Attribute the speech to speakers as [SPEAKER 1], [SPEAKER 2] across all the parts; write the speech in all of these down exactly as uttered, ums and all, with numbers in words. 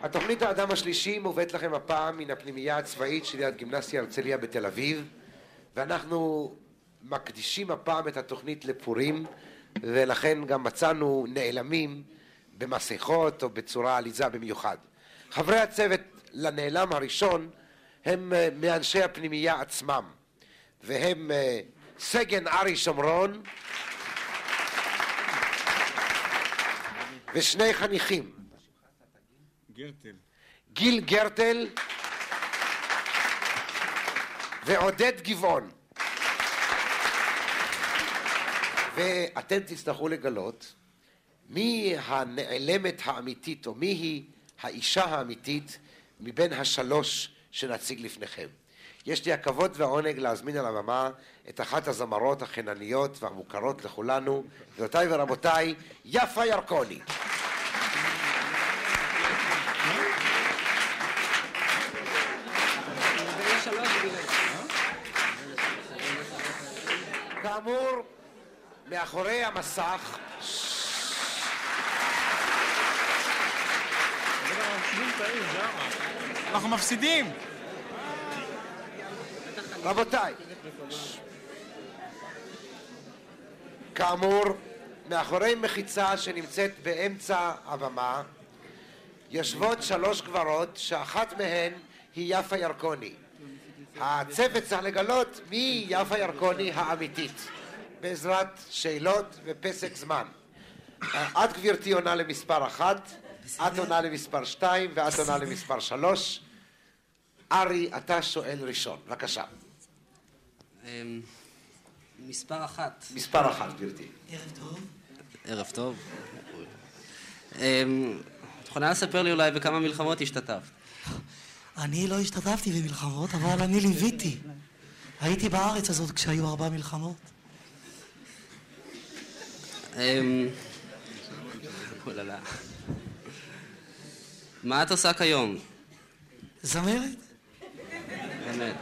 [SPEAKER 1] התוכנית האדם השלישי מובאת לכם הפעם מן הפנימייה הצבאית של יד גימנסיה הרצליה בתל אביב, ואנחנו מקדישים הפעם את התוכנית לפורים, ולכן גם מצאנו נעלמים במסכות או בצורה עליזה במיוחד. חברי הצוות לנעלם הראשון הם מאנשי הפנימייה עצמם, והם סגן ארי שומרון ושני חניכים,
[SPEAKER 2] גרטל.
[SPEAKER 1] גיל גרטל ועודד גבעון. ואתם תצטרכו לגלות מי הנעלמת האמיתית או מי היא האישה האמיתית מבין השלוש שנציג לפניכם. יש לי הכבוד והעונג להזמין על הבמה את אחת הזמרות החנניות והמוכרות לכולנו, גבירותיי ורבותיי, יפה ירקוני. כאמור, מאחורי המסך
[SPEAKER 2] אנחנו מפסידים.
[SPEAKER 1] רבותיי, כאמור, מאחורי מחיצה שנמצאת באמצע הבמה יושבות שלוש גברות שאחת מהן היא יפה ירקוני. הצוות צריך לגלות מי יפה ירקוני האמיתית בעזרת שאלות ופסק זמן. את גבירתי עונה למספר אחת, את עונה למספר שתיים ואת עונה למספר שלוש. ארי, אתה שואל ראשון, בבקשה.
[SPEAKER 3] מספר אחת.
[SPEAKER 1] מספר אחת, גבירתי.
[SPEAKER 3] ערב טוב. ערב טוב. את יכולה לספר לי אולי בכמה מלחמות השתתפת?
[SPEAKER 4] אני לא השתתפתי במלחמות, אבל אני ליוויתי. הייתי בארץ הזאת כשהיו ארבע מלחמות.
[SPEAKER 3] מה את עושה כיום?
[SPEAKER 4] זמרת?
[SPEAKER 3] באמת.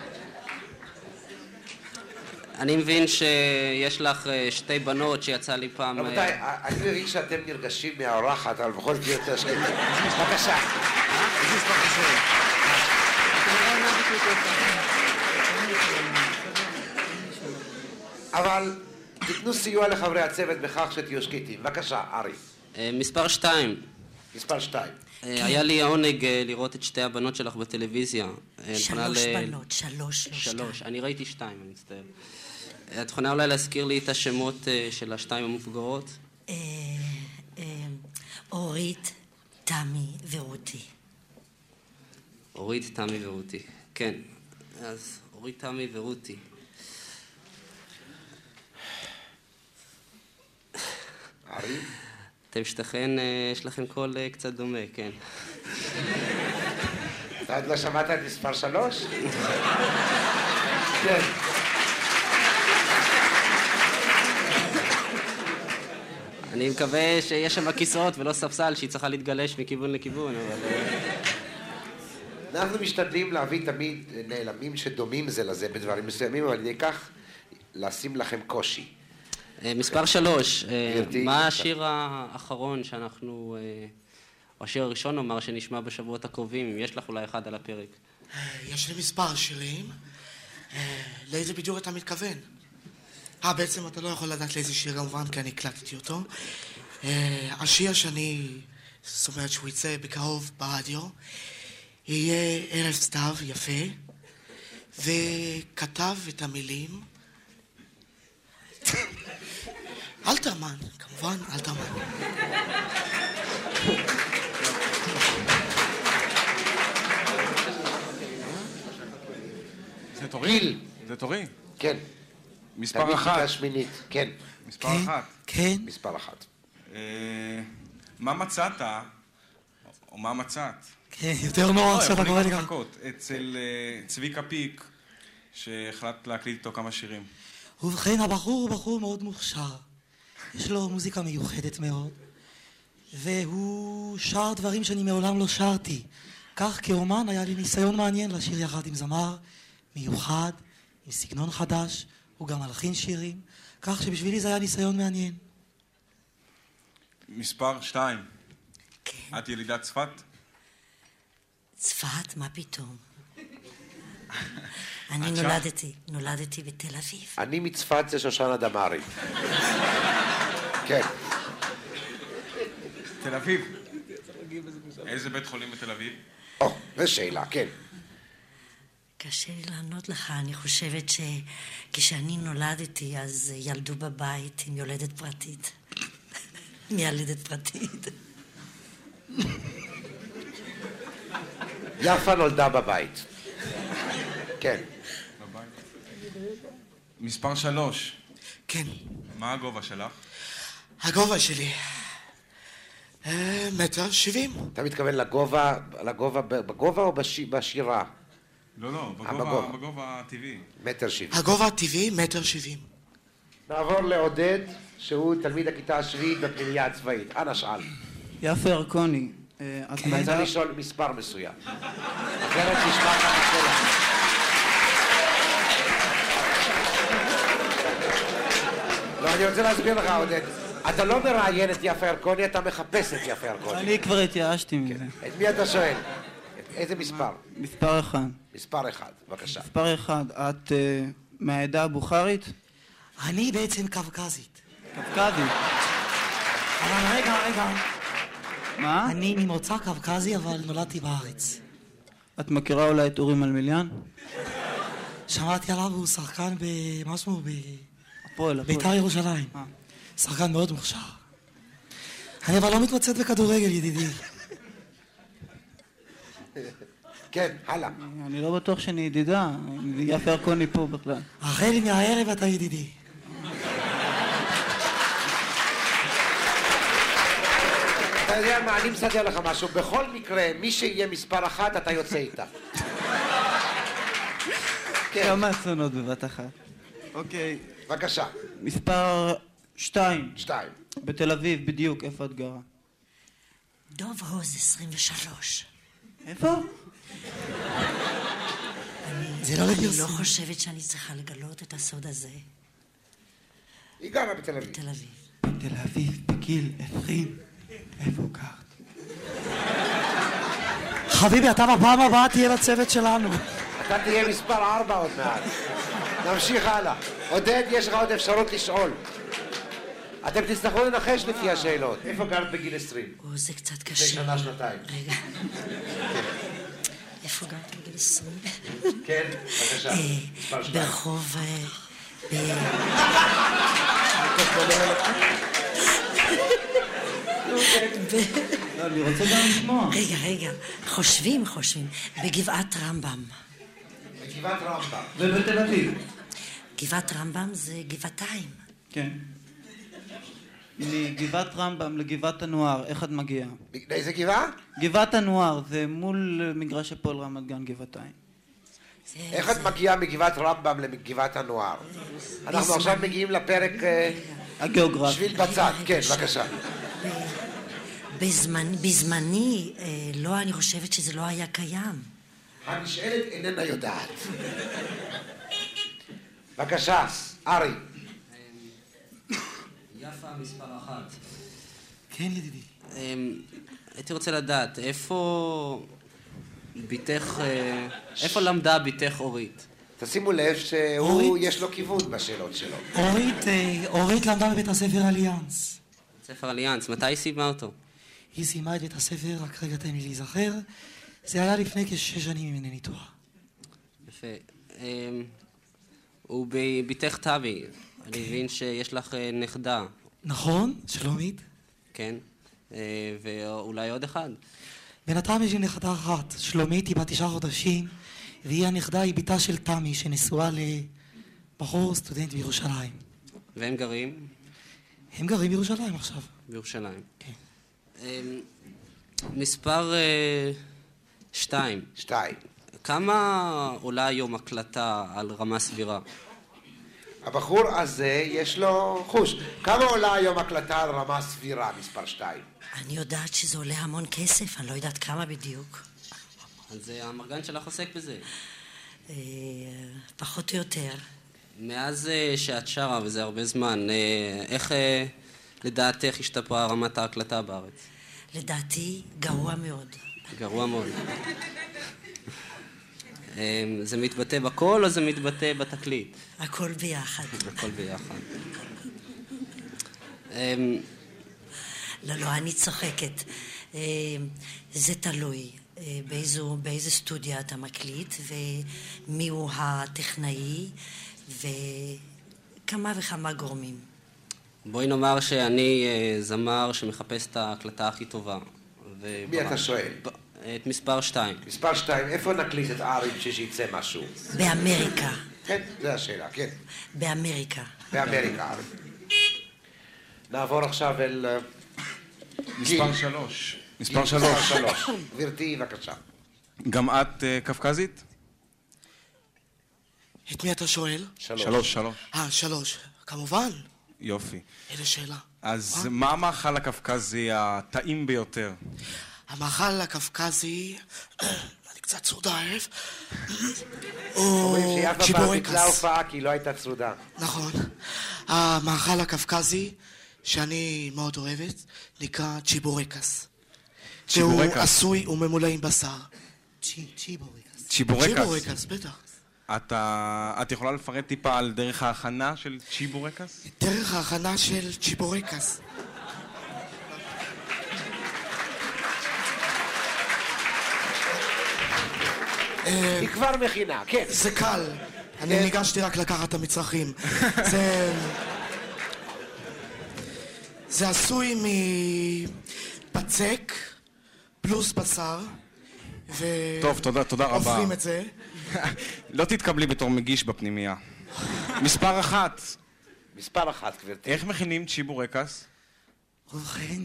[SPEAKER 3] אני מבין שיש לך שתי בנות שיצא לי פעם...
[SPEAKER 1] רבותיי, אני מבין שאתם נרגשים מהאורחת, אבל בכל זאת יותר שקטים. בבקשה. אבל תיתנו סיוע לחברי הצוות בכך שתהיו שקטים. בבקשה, ארי.
[SPEAKER 3] מספר שתיים.
[SPEAKER 1] מספר שתיים.
[SPEAKER 3] היה לי העונג לראות את שתי הבנות שלך בטלוויזיה.
[SPEAKER 4] שלוש בנות, שלוש, לא שתיים.
[SPEAKER 3] שלוש, אני ראיתי שתיים, אני מצטער. את יכולה אולי להזכיר לי את השמות של השתיים המבוגרות?
[SPEAKER 4] אורית, תמי ורותי.
[SPEAKER 3] אורית, תמי ורותי, כן. אז אורית, תמי ורותי.
[SPEAKER 1] ארי?
[SPEAKER 3] אתם שתיכן, יש לכם קול קצת דומה, כן.
[SPEAKER 1] אתה עוד לא שמעת את מספר שלוש? כן.
[SPEAKER 3] אני מקווה שיש שם כיסאות ולא ספסל שהיא צריכה להתגלש מכיוון לכיוון, אבל...
[SPEAKER 1] אנחנו משתדלים להביא תמיד נעלמים שדומים זה לזה בדברים מסוימים, אבל אני אקח לשים לכם קושי.
[SPEAKER 3] מספר שלוש, מה השיר האחרון שאנחנו, או השיר הראשון נאמר, שנשמע בשבועות הקרובים, אם יש לך אולי אחד על הפרק?
[SPEAKER 4] יש לי מספר שירים. לאיזה בדיוק אתה מתכוון? אה, בעצם אתה לא יכול לדעת לאיזה שיר כמובן, כי אני הקלטתי אותו. השיר שאני, זאת אומרת שהוא יצא בקרוב ברדיו, יהיה ערב סתיו יפה, וכתב את המילים אלתרמן, כמובן, אלתרמן.
[SPEAKER 2] זה תורי? זה תורי?
[SPEAKER 1] כן.
[SPEAKER 2] מספר אחת.
[SPEAKER 1] תמיד שמינית, כן.
[SPEAKER 2] מספר אחת.
[SPEAKER 4] כן.
[SPEAKER 1] מספר אחת.
[SPEAKER 2] מה מצאת, או מה מצאת?
[SPEAKER 4] כן, יותר נורא שאתה קורא לי גם.
[SPEAKER 2] אצל צביקה פיק, שהחלטת להקליט איתו כמה שירים.
[SPEAKER 4] ובכן, הבחור הוא בחור מאוד מוכשר. יש לו מוזיקה מיוחדת מאוד, והוא שר דברים שאני מעולם לא שרתי. כך כאומן היה לי ניסיון מעניין לשיר יחד עם זמר מיוחד, עם סגנון חדש, הוא גם מלחין שירים, כך שבשבילי זה היה ניסיון מעניין.
[SPEAKER 2] מספר שתיים.
[SPEAKER 4] כן.
[SPEAKER 2] את ילידת צפת?
[SPEAKER 5] צפת? מה פתאום? אני נולדתי, נולדתי בתל אביב.
[SPEAKER 1] אני מצפת זה שושנה דמארי. כן.
[SPEAKER 2] תל אביב. איזה בית חולים בתל אביב?
[SPEAKER 1] או, זו שאלה, כן.
[SPEAKER 5] קשה לי לענות לך, אני חושבת שכשאני נולדתי אז ילדו בבית עם יולדת פרטית. עם ילדת פרטית.
[SPEAKER 1] יפה נולדה בבית. כן.
[SPEAKER 2] בבית. מספר שלוש.
[SPEAKER 6] כן.
[SPEAKER 2] מה הגובה שלך?
[SPEAKER 6] הגובה שלי. אה, מטר שבעים.
[SPEAKER 1] אתה מתכוון לגובה, לגובה, בגובה או בש... בשירה?
[SPEAKER 2] לא, לא,
[SPEAKER 1] בגובה.
[SPEAKER 2] בגובה, בגובה הטבעי.
[SPEAKER 1] מטר שבעים.
[SPEAKER 6] הגובה הטבעי, מטר שבעים.
[SPEAKER 1] נעבור לעודד, שהוא תלמיד הכיתה השביעית בפנימייה הצבאית. אנא שאל.
[SPEAKER 7] יפה ירקוני. את
[SPEAKER 1] אתה
[SPEAKER 7] מעידה...
[SPEAKER 1] צריך לשאול מספר מסוים. אחרת תשמע לך השאלה. לא, אני רוצה להסביר לך, עודד. אתה לא מראיין את יפה ירקוני, אתה מחפש את יפה ירקוני.
[SPEAKER 7] אני כבר התייאשתי מזה.
[SPEAKER 1] את מי אתה שואל? איזה מספר?
[SPEAKER 7] מספר אחד.
[SPEAKER 1] מספר אחד, בבקשה.
[SPEAKER 7] מספר אחד. את אה, מהעדה הבוכרית?
[SPEAKER 4] אני בעצם קווקזית.
[SPEAKER 7] קווקזית.
[SPEAKER 4] אבל רגע, רגע.
[SPEAKER 7] מה?
[SPEAKER 4] אני ממוצא קווקזי, אבל נולדתי בארץ.
[SPEAKER 7] את מכירה אולי את אורי מלמיליאן?
[SPEAKER 4] שמעתי עליו, הוא שחקן במשהו ב...
[SPEAKER 7] הפועל, הפועל.
[SPEAKER 4] בית"ר ירושלים.
[SPEAKER 7] אה.
[SPEAKER 4] שחקן מאוד מוכשר. אני אבל לא מתמצאת בכדורגל, ידידי.
[SPEAKER 1] כן, הלאה.
[SPEAKER 7] אני לא בטוח שאני ידידה. יפה ירקוני פה בכלל.
[SPEAKER 4] החל מהערב אתה ידידי.
[SPEAKER 1] אתה יודע מה, אני מסדר לך משהו. בכל מקרה, מי שיהיה מספר אחת, אתה יוצא איתה. כן.
[SPEAKER 7] כמה אסונות בבת אחת. אוקיי.
[SPEAKER 1] בבקשה.
[SPEAKER 7] מספר שתיים.
[SPEAKER 1] שתיים.
[SPEAKER 7] בתל אביב, בדיוק. איפה את גרה?
[SPEAKER 5] דוב הוז עשרים ושלוש.
[SPEAKER 7] איפה?
[SPEAKER 4] זה לא
[SPEAKER 5] אני
[SPEAKER 4] לפרסום.
[SPEAKER 5] לא חושבת שאני צריכה לגלות את הסוד הזה.
[SPEAKER 1] היא גרה בתל אביב.
[SPEAKER 5] בתל אביב.
[SPEAKER 7] בתל אביב, בגיל עשרים. איפה גרת?
[SPEAKER 4] חביבי, אתה בפעם הבאה תהיה בצוות שלנו.
[SPEAKER 1] אתה תהיה מספר ארבע עוד מעט. נמשיך הלאה. עודד, יש לך עוד אפשרות לשאול. אתם תצטרכו לנחש לפי השאלות. איפה גרת בגיל עשרים?
[SPEAKER 5] או, זה קצת
[SPEAKER 1] לפני
[SPEAKER 5] קשה.
[SPEAKER 1] שנה, שנתיים.
[SPEAKER 5] רגע. איפה גרת בגיל עשרים?
[SPEAKER 1] כן, בבקשה.
[SPEAKER 5] אה,
[SPEAKER 1] מספר שתיים.
[SPEAKER 5] ברחוב... אה, ב-
[SPEAKER 7] לא, אני רוצה גם לשמוע.
[SPEAKER 5] רגע, רגע. חושבים, חושבים. בגבעת רמב"ם.
[SPEAKER 1] בגבעת רמב"ם.
[SPEAKER 7] ובתל אביב.
[SPEAKER 5] גבעת רמב"ם זה גבעתיים.
[SPEAKER 7] כן. מגבעת רמב"ם לגבעת הנוער, איך את מגיעה?
[SPEAKER 1] לאיזה גבעה?
[SPEAKER 7] גבעת הנוער, זה מול מגרש הפועל רמת גן גבעתיים.
[SPEAKER 5] זה-
[SPEAKER 1] איך את מגיעה מגבעת רמב"ם לגבעת הנוער? אנחנו עכשיו מגיעים לפרק אה,
[SPEAKER 7] הגיאוגרפי.
[SPEAKER 1] שביל בצד. כן, בבקשה.
[SPEAKER 5] בזמן, בזמני, אה, לא, אני חושבת שזה לא היה קיים.
[SPEAKER 1] הנשאלת איננה יודעת. בבקשה, ארי.
[SPEAKER 3] יפה מספר אחת.
[SPEAKER 4] כן, ידידי.
[SPEAKER 3] אמ, הייתי רוצה לדעת, איפה ביתך, אה, איפה למדה ביתך אורית?
[SPEAKER 1] תשימו לב שהוא,
[SPEAKER 4] אורית?
[SPEAKER 1] יש לו כיוון בשאלות שלו.
[SPEAKER 4] אורית, אה, אורית למדה בבית הספר אליאנס.
[SPEAKER 3] בית ספר אליאנס, מתי היא סיימה אותו?
[SPEAKER 4] היא סיימה את בית הספר, רק רגע תן לי להיזכר. זה היה לפני כשש שנים אם אינני טועה.
[SPEAKER 3] יפה. אמ, וביתך תבי, אני מבין שיש לך אה, נכדה,
[SPEAKER 4] נכון, שלומית.
[SPEAKER 3] כן? אה, ואולי עוד אחד.
[SPEAKER 4] בינתיים יש לי נכדה אחת, שלומית, היא בת תשעה חודשים, והיא הנכדה, היא בתה של תמי, שנשואה לבחור סטודנט בירושלים.
[SPEAKER 3] והם גרים
[SPEAKER 4] הם גרים בירושלים עכשיו.
[SPEAKER 3] בירושלים.
[SPEAKER 4] כן.
[SPEAKER 3] אמ, מספר אה, שתיים.
[SPEAKER 1] שתיים.
[SPEAKER 3] כמה עולה היום הקלטה על רמה סבירה?
[SPEAKER 1] הבחור הזה יש לו חוש. כמה עולה היום הקלטה על רמה סבירה, מספר שתיים?
[SPEAKER 5] אני יודעת שזה עולה המון כסף, אני לא יודעת כמה בדיוק.
[SPEAKER 3] אז אה, המרגן שלך עוסק בזה.
[SPEAKER 5] אה, פחות או יותר.
[SPEAKER 3] מאז אה, שאת שרה, וזה הרבה זמן, אה, איך אה, לדעתך השתפרה רמת ההקלטה בארץ?
[SPEAKER 5] לדעתי, גרוע מאוד.
[SPEAKER 3] גרוע מאוד. זה מתבטא בקול או זה מתבטא בתקליט?
[SPEAKER 5] הכל ביחד.
[SPEAKER 3] הכל ביחד.
[SPEAKER 5] לא, לא, אני צוחקת. זה תלוי באיזו, באיזה סטודיה אתה מקליט, ומי הוא הטכנאי, וכמה וכמה גורמים.
[SPEAKER 3] בואי נאמר שאני זמר שמחפש את ההקלטה הכי טובה.
[SPEAKER 1] מי אתה שואל?
[SPEAKER 3] את מספר שתיים.
[SPEAKER 1] מספר שתיים, איפה נקליט את ארי שיצא משהו?
[SPEAKER 5] באמריקה.
[SPEAKER 1] כן, זו השאלה, כן.
[SPEAKER 5] באמריקה.
[SPEAKER 1] באמריקה, ארי. נעבור עכשיו אל...
[SPEAKER 2] מספר שלוש. מספר שלוש.
[SPEAKER 1] גברתי, בבקשה.
[SPEAKER 2] גם את קפקזית?
[SPEAKER 6] את מי אתה שואל?
[SPEAKER 1] שלוש.
[SPEAKER 2] שלוש, שלוש.
[SPEAKER 6] אה, שלוש. כמובן.
[SPEAKER 2] יופי.
[SPEAKER 6] איזה שאלה.
[SPEAKER 2] אז מה המאכל הקפקזי הטעים ביותר?
[SPEAKER 6] המאכל הקפקזי, אני קצת צרודה הערב,
[SPEAKER 1] אומרים
[SPEAKER 6] או
[SPEAKER 1] שיפה פעם ביטלה
[SPEAKER 6] צ'יבורקס.
[SPEAKER 1] הופעה כי לא הייתה צרודה.
[SPEAKER 6] נכון. המאכל הקפקזי שאני מאוד אוהבת נקרא צ'יבורקס. שהוא
[SPEAKER 2] צ'יבורקס.
[SPEAKER 6] עשוי וממולא עם בשר.
[SPEAKER 4] צ'יבורקס.
[SPEAKER 2] צ'יבורקס.
[SPEAKER 6] צ'יבורקס, בטח.
[SPEAKER 2] אתה, את יכולה לפרט טיפה על דרך ההכנה של צ'יבורקס?
[SPEAKER 6] דרך ההכנה של צ'יבורקס.
[SPEAKER 1] היא כבר מכינה, כן.
[SPEAKER 6] זה קל. אני ניגשתי רק לקחת את המצרכים. זה... זה עשוי מבצק פלוס בשר. ו...
[SPEAKER 2] טוב, תודה, תודה רבה.
[SPEAKER 6] עוברים את זה.
[SPEAKER 2] לא תתקבלי בתור מגיש בפנימייה. מספר אחת.
[SPEAKER 1] מספר אחת, גברתי.
[SPEAKER 2] איך מכינים צ'יבורקס?
[SPEAKER 4] ובכן,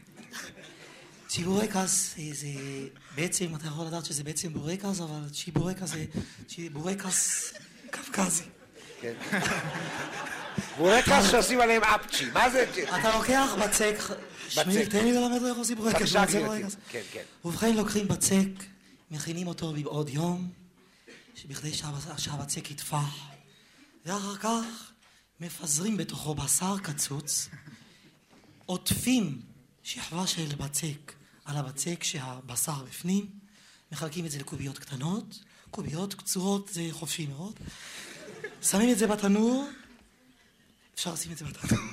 [SPEAKER 4] צ'יבורקס זה בעצם, אתה יכול לדעת שזה בעצם בורקס, אבל צ'יבורקס זה צ'יבורקס קפקזי.
[SPEAKER 1] כן. בורקס שעושים עליהם אפצ'י, מה זה?
[SPEAKER 4] אתה לוקח בצק, שמי, תן לי ללמד לו איך עושים בורקס.
[SPEAKER 1] בבקשה, גברתי. כן, כן.
[SPEAKER 4] ובכן, לוקחים בצק, מכינים אותו בעוד יום, בכדי שהבצק יתפח, ואחר כך מפזרים בתוכו בשר קצוץ, עוטפים שכבה של בצק על הבצק שהבשר בפנים, מחלקים את זה לקוביות קטנות, קוביות קצורות זה חופשי מאוד, שמים את זה בתנור, אפשר לשים את זה בתנור.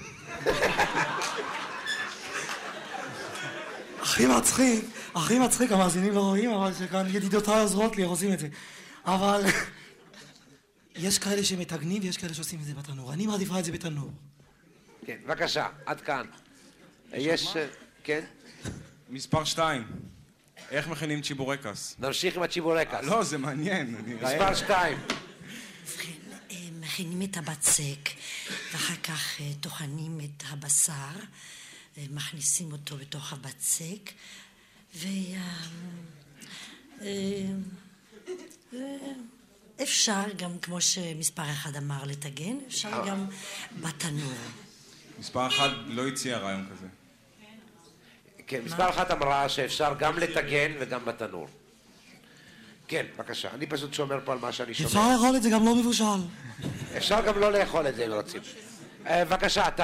[SPEAKER 4] הכי מצחיק, הכי מצחיק, המאזינים לא רואים, אבל שכאן ידידותיי עוזרות לי, עושים את זה. אבל יש כאלה שמתגנים ויש כאלה שעושים את זה בתנור. אני מעדיפה את זה בתנור.
[SPEAKER 1] כן, בבקשה, עד כאן. יש... כן?
[SPEAKER 2] מספר שתיים. איך מכינים צ'יבורקס?
[SPEAKER 1] נמשיך עם הצ'יבורקס.
[SPEAKER 2] לא, זה מעניין.
[SPEAKER 1] מספר שתיים.
[SPEAKER 5] ובכן, מכינים את הבצק, ואחר כך טוחנים את הבשר, מכניסים אותו בתוך הבצק, ואפשר גם, כמו שמספר אחד אמר, לטגן, אפשר גם בתנור.
[SPEAKER 2] מספר אחד לא הציע רעיון כזה.
[SPEAKER 1] כן, מספר אחת אמרה שאפשר גם לטגן וגם בתנור. כן, בבקשה. אני פשוט שומר פה על מה שאני שומר.
[SPEAKER 4] אפשר לאכול את זה גם לא מבושל.
[SPEAKER 1] אפשר גם לא לאכול את זה אם רוצים. בבקשה, אתה.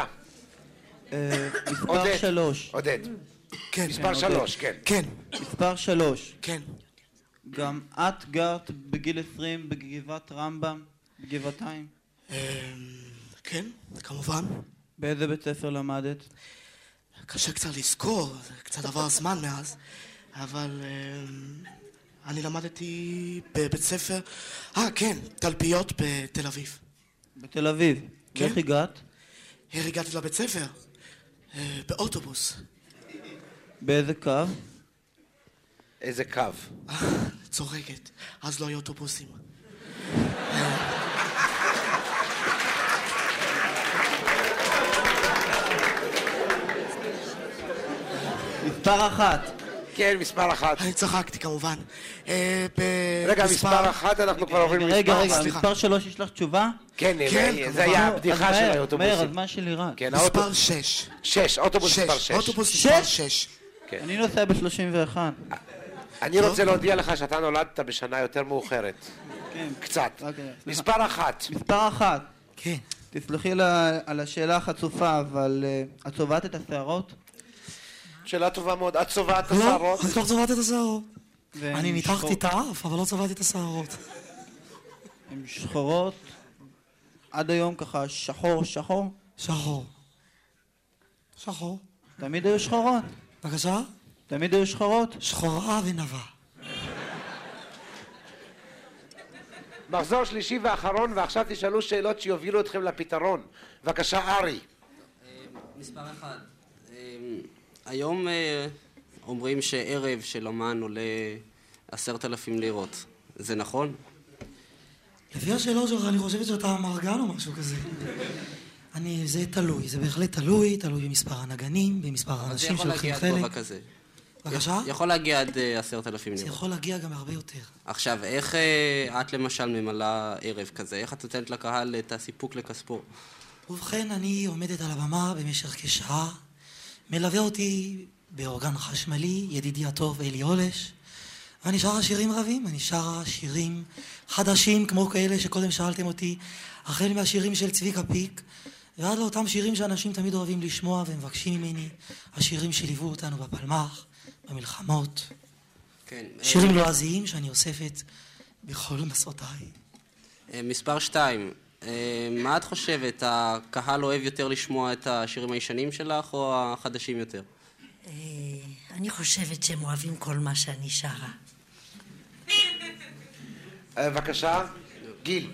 [SPEAKER 7] מספר שלוש.
[SPEAKER 1] עודד.
[SPEAKER 6] כן.
[SPEAKER 1] מספר שלוש, כן.
[SPEAKER 6] כן.
[SPEAKER 7] מספר שלוש.
[SPEAKER 6] כן.
[SPEAKER 7] גם את גרת בגיל עשרים בגבעת רמב"ם, בגבעתיים.
[SPEAKER 6] כן, כמובן.
[SPEAKER 7] באיזה בית ספר למדת?
[SPEAKER 6] קשה קצת לזכור, זה קצת עבר זמן מאז, אבל אני למדתי בבית ספר, אה כן, תלפיות בתל אביב.
[SPEAKER 7] בתל אביב.
[SPEAKER 6] כן.
[SPEAKER 7] ואיך הגעת?
[SPEAKER 6] איך הגעתי לבית ספר? באוטובוס.
[SPEAKER 7] באיזה קו?
[SPEAKER 1] איזה קו?
[SPEAKER 6] צוחקת, אז לא היו אוטובוסים.
[SPEAKER 7] מספר אחת.
[SPEAKER 1] כן, מספר אחת.
[SPEAKER 6] אני צחקתי כמובן.
[SPEAKER 1] רגע, מספר אחת אנחנו כבר עוברים למספר.
[SPEAKER 7] רגע, רגע, מספר שלוש יש לך תשובה?
[SPEAKER 1] כן, זה היה הבדיחה של האוטובוסים.
[SPEAKER 7] מהר, הזמן שלי רק.
[SPEAKER 6] מספר שש.
[SPEAKER 1] שש, אוטובוס מספר שש.
[SPEAKER 6] אוטובוס מספר שש.
[SPEAKER 7] אני נוסע ב-שלושים ואחת.
[SPEAKER 1] אני רוצה להודיע לך שאתה נולדת בשנה יותר מאוחרת.
[SPEAKER 7] כן.
[SPEAKER 1] קצת. מספר אחת.
[SPEAKER 7] מספר אחת.
[SPEAKER 4] כן.
[SPEAKER 7] תסלחי על השאלה החצופה, אבל את צובעת את השערות?
[SPEAKER 1] שאלה טובה מאוד. את צובעת את
[SPEAKER 4] לא,
[SPEAKER 1] השערות?
[SPEAKER 4] אני לא צובעת את השערות. אני ניתחתי את האף, אבל לא צבעתי את השערות.
[SPEAKER 7] הן שחורות, עד היום ככה שחור, שחור.
[SPEAKER 4] שחור. שחור.
[SPEAKER 7] תמיד היו שחורות.
[SPEAKER 4] בבקשה?
[SPEAKER 7] תמיד היו שחורות.
[SPEAKER 4] שחורה ונבה.
[SPEAKER 1] מחזור שלישי ואחרון, ועכשיו תשאלו שאלות שיובילו אתכם לפתרון. בבקשה, ארי.
[SPEAKER 3] מספר אחד. היום אומרים שערב של אומן עולה עשרת אלפים לירות. זה נכון?
[SPEAKER 4] לפי השאלות שלך אני חושבת שאתה מרגן או משהו כזה. אני, זה תלוי, זה בהחלט תלוי, תלוי במספר הנגנים, במספר האנשים שלוקחים חלק.
[SPEAKER 3] זה יכול להגיע עד גובה כזה.
[SPEAKER 4] בבקשה?
[SPEAKER 3] יכול להגיע עד עשרת אלפים לירות.
[SPEAKER 4] זה יכול להגיע גם הרבה יותר.
[SPEAKER 3] עכשיו, איך את למשל ממלאה ערב כזה? איך את נותנת לקהל את הסיפוק לכספו?
[SPEAKER 4] ובכן, אני עומדת על הבמה במשך כשעה, מלווה אותי באורגן חשמלי, ידידי הטוב אלי הולש, ואני שרה שירים רבים, אני שרה שירים חדשים כמו כאלה שקודם שאלתם אותי, החל מהשירים של צביקה פיק, ועד לאותם שירים שאנשים תמיד אוהבים לשמוע ומבקשים ממני, השירים שליוו אותנו בפלמ"ח, במלחמות,
[SPEAKER 3] כן.
[SPEAKER 4] שירים לועזיים שאני אוספת בכל מסעותיי.
[SPEAKER 3] מספר שתיים, מה את חושבת, הקהל אוהב יותר לשמוע את השירים הישנים שלך או החדשים יותר?
[SPEAKER 5] אני חושבת שהם אוהבים כל מה שאני שרה.
[SPEAKER 1] בבקשה, גיל.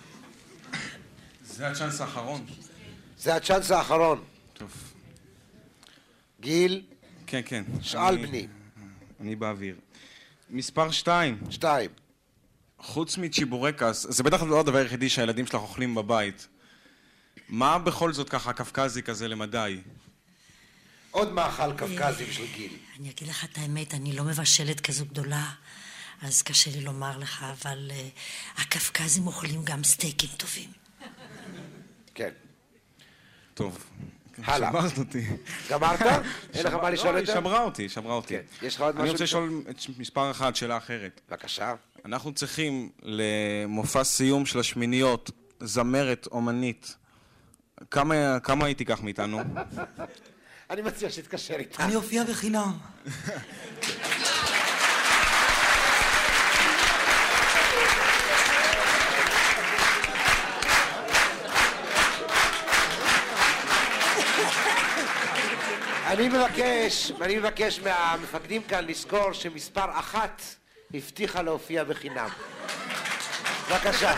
[SPEAKER 2] זה הצ'אנס האחרון.
[SPEAKER 1] זה הצ'אנס האחרון.
[SPEAKER 2] טוב.
[SPEAKER 1] גיל.
[SPEAKER 2] כן, כן.
[SPEAKER 1] שאל
[SPEAKER 2] אני,
[SPEAKER 1] בני.
[SPEAKER 2] אני באוויר. מספר שתיים.
[SPEAKER 1] שתיים.
[SPEAKER 2] חוץ מצ'יבורקס, זה בטח לא הדבר היחידי שהילדים שלך אוכלים בבית. מה בכל זאת ככה קפקזי כזה למדי?
[SPEAKER 1] עוד מאכל קפקזים של גיל.
[SPEAKER 5] אני אגיד לך את האמת, אני לא מבשלת כזו גדולה, אז קשה לי לומר לך, אבל הקפקזים אוכלים גם סטייקים טובים.
[SPEAKER 1] כן.
[SPEAKER 2] טוב.
[SPEAKER 1] הלאה.
[SPEAKER 2] שברת אותי.
[SPEAKER 1] גמרת? אין לך מה לשאול
[SPEAKER 2] לא,
[SPEAKER 1] יותר?
[SPEAKER 2] היא שברה אותי, שברה אותי.
[SPEAKER 1] יש לך עוד משהו?
[SPEAKER 2] אני רוצה לשאול את מספר אחד, שאלה אחרת.
[SPEAKER 1] בבקשה.
[SPEAKER 2] אנחנו צריכים למופע סיום של השמיניות, זמרת אומנית. כמה, כמה היא תיקח מאיתנו?
[SPEAKER 1] אני מציע שתתקשר איתך.
[SPEAKER 4] אני אופיע בחינם.
[SPEAKER 1] אני מבקש, אני מבקש מהמפקדים כאן לזכור שמספר אחת הבטיחה להופיע בחינם. בבקשה.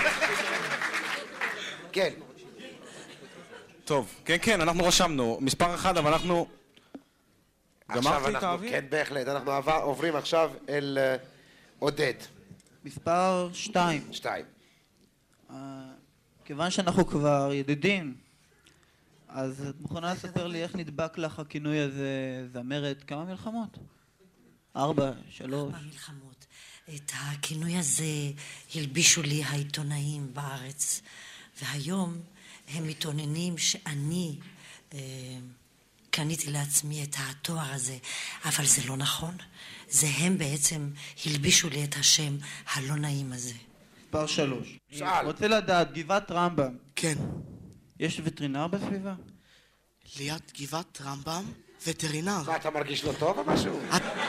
[SPEAKER 1] כן.
[SPEAKER 2] טוב, כן, כן, אנחנו רשמנו. מספר אחד, אבל אנחנו... גמרתי את האוויר?
[SPEAKER 1] כן, בהחלט. אנחנו עבר, עוברים עכשיו אל uh, עודד.
[SPEAKER 7] מספר שתיים.
[SPEAKER 1] שתיים.
[SPEAKER 7] Uh, כיוון שאנחנו כבר ידידים, אז את מוכנה לספר לי איך נדבק לך הכינוי הזה זמרת כמה מלחמות? ארבע, שלוש.
[SPEAKER 5] ארבע מלחמות. את הכינוי הזה הלבישו לי העיתונאים בארץ, והיום הם מתעוננים שאני אה, קניתי לעצמי את התואר הזה, אבל זה לא נכון. זה הם בעצם הלבישו לי את השם הלא נעים הזה.
[SPEAKER 7] מספר שלוש.
[SPEAKER 1] שאל.
[SPEAKER 7] רוצה לדעת, גבעת רמב"ם.
[SPEAKER 6] כן.
[SPEAKER 7] יש וטרינר בסביבה?
[SPEAKER 6] ליד גבעת רמב"ם, וטרינר.
[SPEAKER 1] מה, אתה מרגיש לא טוב או משהו?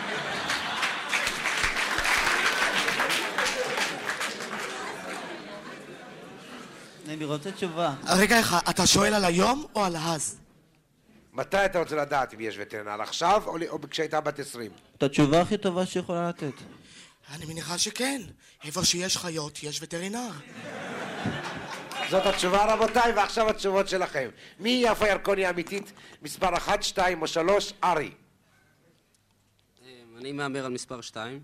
[SPEAKER 7] אני רוצה תשובה.
[SPEAKER 6] רגע אחד, אתה שואל על היום או על אז?
[SPEAKER 1] מתי אתה רוצה לדעת אם יש וטרינר? עכשיו או, או כשהייתה בת עשרים?
[SPEAKER 7] את התשובה הכי טובה שיכולה לתת.
[SPEAKER 6] אני מניחה שכן. איפה שיש חיות, יש וטרינר.
[SPEAKER 1] זאת התשובה רבותיי, ועכשיו התשובות שלכם. מי יפה ירקוני האמיתית? מספר אחת, שתיים או שלוש? ארי.
[SPEAKER 3] אני מאמר על מספר שתיים,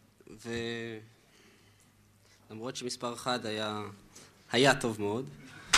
[SPEAKER 3] ולמרות שמספר אחד היה, היה טוב מאוד.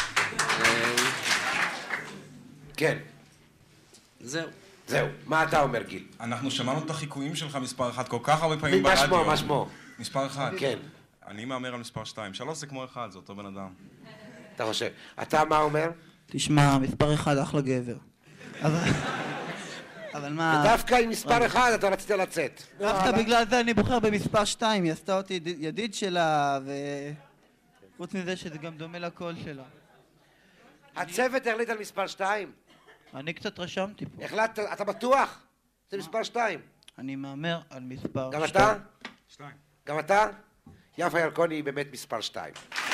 [SPEAKER 1] כן.
[SPEAKER 3] זהו.
[SPEAKER 1] זהו. מה אתה אומר, גיל?
[SPEAKER 2] אנחנו שמענו את החיקויים שלך מספר אחד כל כך הרבה פעמים
[SPEAKER 1] מה
[SPEAKER 2] ברדיו.
[SPEAKER 1] שמו, מה שמו?
[SPEAKER 2] מספר אחד.
[SPEAKER 1] כן.
[SPEAKER 2] אני מאמר על מספר שתיים. שלוש זה כמו אחד, זה אותו בן אדם.
[SPEAKER 1] אתה חושב. אתה מה אומר?
[SPEAKER 7] תשמע, מספר אחד אחלה גבר. אבל... אבל מה...
[SPEAKER 1] ודווקא עם מספר אחד אתה רצית לצאת.
[SPEAKER 7] דווקא בגלל זה אני בוחר במספר שתיים. היא עשתה אותי ידיד שלה, ו... חוץ מזה שזה גם דומה לקול שלה.
[SPEAKER 1] הצוות החליט על מספר שתיים.
[SPEAKER 7] אני קצת רשמתי פה.
[SPEAKER 1] החלטת, אתה בטוח? זה מספר שתיים.
[SPEAKER 7] אני מאמר על מספר
[SPEAKER 1] גם
[SPEAKER 7] שתיים.
[SPEAKER 1] אתה?
[SPEAKER 2] שתיים.
[SPEAKER 1] גם אתה? יפה ירקוני היא באמת מספר שתיים.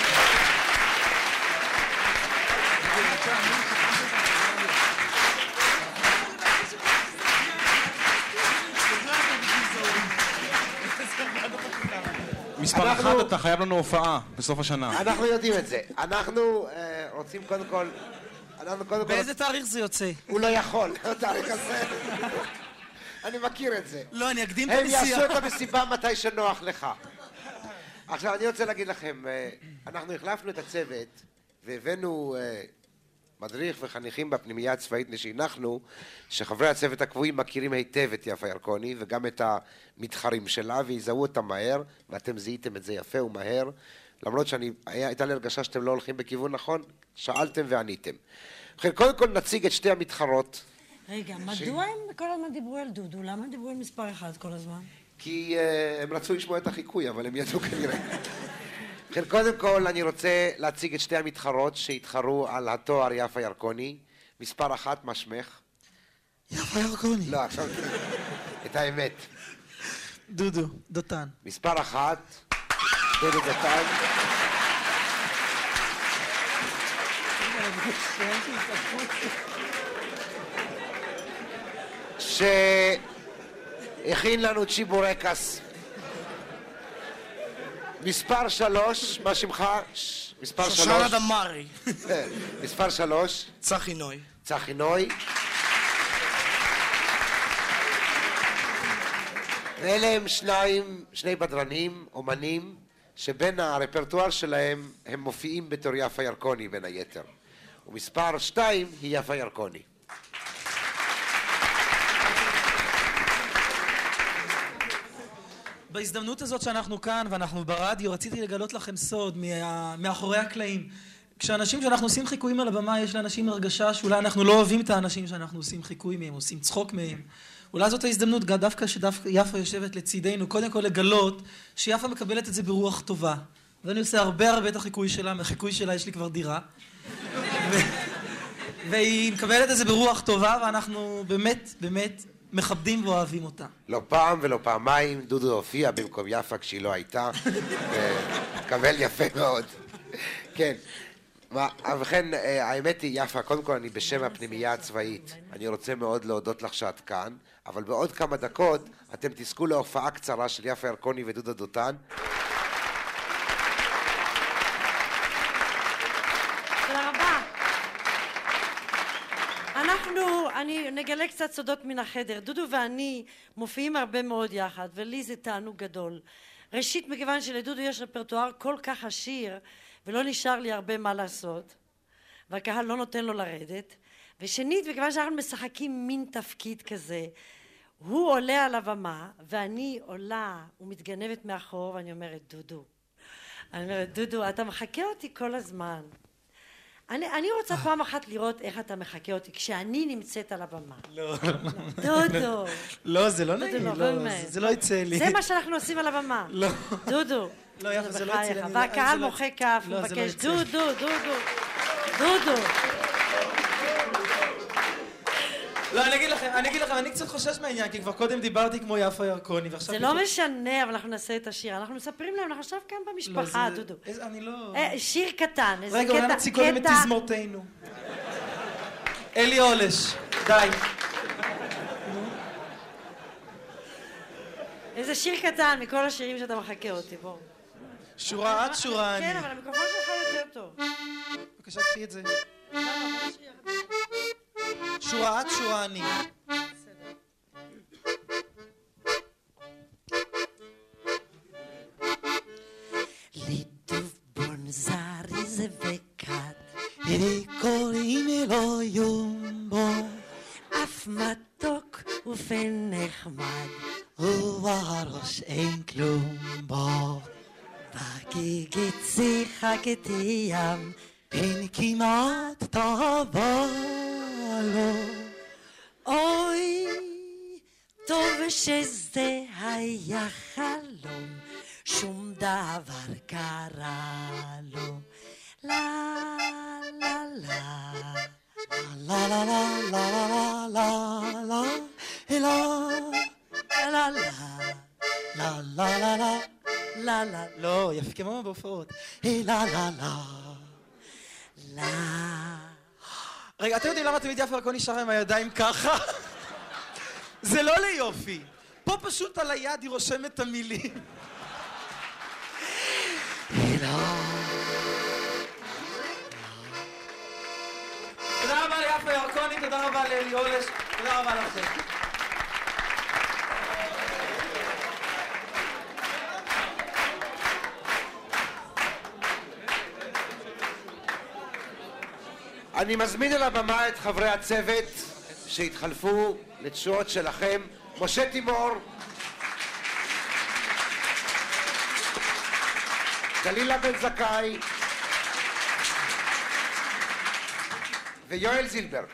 [SPEAKER 2] מספר אחד, אתה חייב לנו הופעה בסוף השנה.
[SPEAKER 1] אנחנו יודעים את זה. אנחנו רוצים קודם כל...
[SPEAKER 4] באיזה תאריך זה יוצא?
[SPEAKER 1] הוא לא יכול, התאריך הזה. אני מכיר את זה.
[SPEAKER 4] לא, אני אקדים את הנסיעה.
[SPEAKER 1] הם יעשו את המסיבה מתי שנוח לך. עכשיו, אני רוצה להגיד לכם, אנחנו החלפנו את הצוות, והבאנו מדריך וחניכים בפנימייה הצבאית שהנחנו, שחברי הצוות הקבועים מכירים היטב את יפה ירקוני, וגם את המתחרים שלה, ויזהו אותם מהר, ואתם זיהיתם את זה יפה ומהר, למרות שהייתה לי הרגשה שאתם לא הולכים בכיוון נכון, שאלתם ועניתם. קודם כל נציג את שתי המתחרות.
[SPEAKER 5] רגע, מדוע הם כל הזמן דיברו על דודו? למה הם דיברו על מספר אחד כל הזמן?
[SPEAKER 1] כי הם רצו לשמוע את החיקוי, אבל הם ידעו כנראה. קודם כל אני רוצה להציג את שתי המתחרות שהתחרו על התואר יפה ירקוני. מספר אחת, מה שמך?
[SPEAKER 4] יפה ירקוני.
[SPEAKER 1] לא, עכשיו את האמת.
[SPEAKER 4] דודו, דותן.
[SPEAKER 1] מספר אחת, דודו דותן. שהכין לנו צ'יבורקס. מספר שלוש, מה שמך? מספר שלוש.
[SPEAKER 6] שושנה דמרי.
[SPEAKER 1] מספר שלוש.
[SPEAKER 6] צחי נוי.
[SPEAKER 1] צחי נוי. ואלה הם שניים, שני בדרנים, אומנים, שבין הרפרטואר שלהם הם מופיעים בתור יפה ירקוני בין היתר. ומספר שתיים היא יפה ירקוני.
[SPEAKER 4] בהזדמנות הזאת שאנחנו כאן ואנחנו ברדיו, רציתי לגלות לכם סוד מאחורי הקלעים. כשאנשים שאנחנו עושים חיקויים על הבמה, יש לאנשים הרגשה שאולי אנחנו לא אוהבים את האנשים שאנחנו עושים חיקוי מהם, עושים צחוק מהם. אולי זאת ההזדמנות, דווקא שדווקא יפה יושבת לצידנו, קודם כל לגלות שיפה מקבלת את זה ברוח טובה. ואני עושה הרבה הרבה את החיקוי שלה, מהחיקוי שלה יש לי כבר דירה. והיא מקבלת את זה ברוח טובה, ואנחנו באמת, באמת מכבדים ואוהבים אותה.
[SPEAKER 1] לא פעם ולא פעמיים, דודו הופיע במקום יפה כשהיא לא הייתה, ותקבל יפה מאוד. כן. ובכן, האמת היא, יפה, קודם כל אני בשם הפנימייה הצבאית. אני רוצה מאוד להודות לך שאת כאן, אבל בעוד כמה דקות אתם תזכו להופעה קצרה של יפה ירקוני ודודו דותן.
[SPEAKER 5] תודה רבה. אנחנו, אני נגלה קצת סודות מן החדר. דודו ואני מופיעים הרבה מאוד יחד, ולי זה תענוג גדול. ראשית, מכיוון שלדודו יש רפרטואר כל כך עשיר, ולא נשאר לי הרבה מה לעשות, והקהל לא נותן לו לרדת. ושנית, מכיוון שאנחנו משחקים מין תפקיד כזה, הוא עולה על הבמה, ואני עולה ומתגנבת מאחור, ואני אומרת, דודו, אני אומרת, דודו, אתה מחכה אותי כל הזמן. אני, אני רוצה פעם אחת לראות איך אתה מחכה אותי, כשאני נמצאת על הבמה.
[SPEAKER 4] לא.
[SPEAKER 5] דודו.
[SPEAKER 4] לא, זה לא נעים, זה לא יצא לי.
[SPEAKER 5] זה מה שאנחנו עושים על הבמה.
[SPEAKER 4] לא.
[SPEAKER 5] דודו.
[SPEAKER 4] לא, יפה, זה לא יצא לי.
[SPEAKER 5] והקהל מוחא כף, הוא מבקש, דודו, דודו, דודו.
[SPEAKER 4] לא, אני אגיד לכם, אני אגיד לכם, אני קצת חושש מהעניין, כי כבר קודם דיברתי כמו יפה ירקוני, ועכשיו...
[SPEAKER 5] זה לא משנה, אבל אנחנו נעשה את השיר. אנחנו מספרים להם, אנחנו עכשיו כאן במשפחה, דודו.
[SPEAKER 4] אני לא...
[SPEAKER 5] שיר קטן, איזה קטע...
[SPEAKER 4] רגע, אולי נציג קודם את תזמורתנו. אלי הולש, די.
[SPEAKER 5] איזה שיר קטן מכל השירים שאתה מחכה אותי, בוא.
[SPEAKER 4] שורה את, שורה אני.
[SPEAKER 5] כן, אבל המיקרופון שלך יותר טוב.
[SPEAKER 4] בבקשה, קחי את זה. שורה את, שורה אני.
[SPEAKER 5] ליטוב בונזרי זה וקט,
[SPEAKER 4] קוראים לו יומבו,
[SPEAKER 5] אף מתוק ופן נחמד,
[SPEAKER 4] ובראש אין כלום בו.
[SPEAKER 5] בגיגית שיחקתי ים,
[SPEAKER 4] פן כמעט תבוא לו.
[SPEAKER 5] אוי, טוב שזה היה חלום, שום דבר קרה לו. לה לה לה
[SPEAKER 4] לה לה לה לה לה לה לה לה לה לה לה לה לה לה לה לה לא, יפה כמו בהופעות. לה לה לה לה. רגע, אתם יודעים למה תמיד יפה ירקוני שרה עם הידיים ככה? זה לא ליופי. פה פשוט על היד היא רושמת את המילים. תודה רבה ליפה ירקוני, תודה רבה לאלי הולש, תודה רבה לכם.
[SPEAKER 1] אני מזמין אל הבמה את חברי הצוות שהתחלפו לתשואות שלכם. משה תימור, קלילה בן זכאי ויואל זילברג.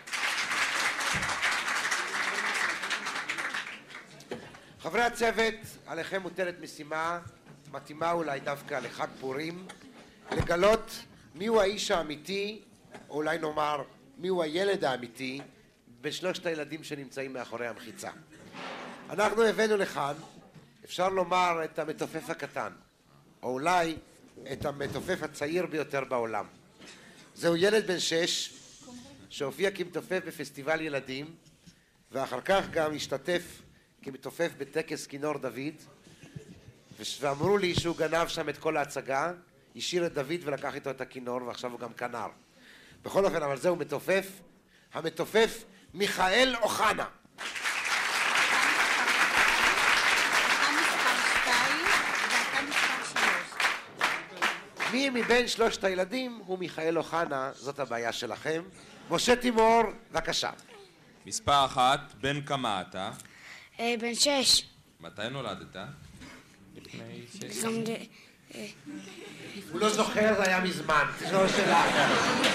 [SPEAKER 1] חברי הצוות, עליכם מוטלת משימה מתאימה אולי דווקא לחג פורים, לגלות מיהו האיש האמיתי, או אולי נאמר מיהו הילד האמיתי בשלושת הילדים שנמצאים מאחורי המחיצה. אנחנו הבאנו לכאן, אפשר לומר, את המתופף הקטן, או אולי את המתופף הצעיר ביותר בעולם. זהו ילד בן שש שהופיע כמתופף בפסטיבל ילדים, ואחר כך גם השתתף כמתופף בטקס כינור דוד, ואמרו לי שהוא גנב שם את כל ההצגה, השאיר את דוד ולקח איתו את הכינור, ועכשיו הוא גם כנר. בכל אופן, אבל זהו מתופף, המתופף מיכאל אוחנה. מי מבין שלושת הילדים הוא מיכאל אוחנה? זאת הבעיה שלכם. משה תימור, בבקשה.
[SPEAKER 8] מספר אחת, בן כמה אתה?
[SPEAKER 9] בן שש.
[SPEAKER 8] מתי נולדת? לפני שש.
[SPEAKER 1] הוא לא זוכר, זה היה מזמן. זו שאלה.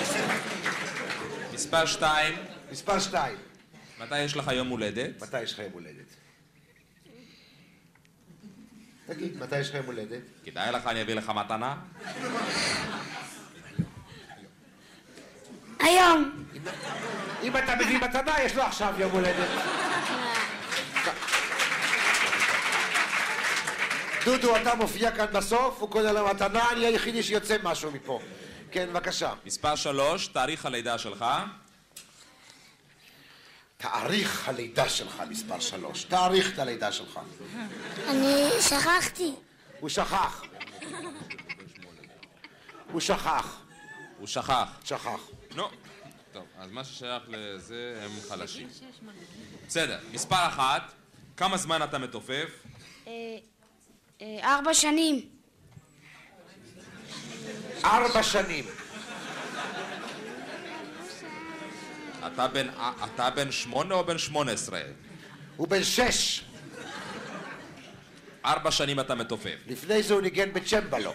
[SPEAKER 8] מספר שתיים.
[SPEAKER 1] מספר שתיים.
[SPEAKER 8] מתי יש לך יום הולדת?
[SPEAKER 1] מתי יש לך יום הולדת? תגיד, מתי יש לך יום הולדת?
[SPEAKER 8] כדאי לך, אני אביא לך מתנה?
[SPEAKER 9] היום.
[SPEAKER 1] אם אתה מביא מתנה, יש לו עכשיו יום הולדת. דודו, אתה מופיע כאן בסוף, הוא קונה למתנה, אני היחידי שיוצא משהו מפה. כן, בבקשה.
[SPEAKER 8] מספר שלוש, תאריך הלידה שלך.
[SPEAKER 1] תאריך הלידה שלך, מספר שלוש. תאריך את הלידה שלך.
[SPEAKER 9] אני שכחתי.
[SPEAKER 1] הוא שכח. הוא שכח.
[SPEAKER 8] הוא שכח.
[SPEAKER 1] שכח.
[SPEAKER 8] נו. טוב, אז מה ששייך לזה הם חלשים. בסדר, מספר אחת, כמה זמן אתה מתופף?
[SPEAKER 9] ארבע שנים.
[SPEAKER 1] ארבע שנים.
[SPEAKER 8] אתה בן, אתה בן שמונה או בן שמונה עשרה?
[SPEAKER 1] הוא בן שש.
[SPEAKER 8] ארבע שנים אתה מתופף.
[SPEAKER 1] לפני זה הוא ניגן בצ'מבלו.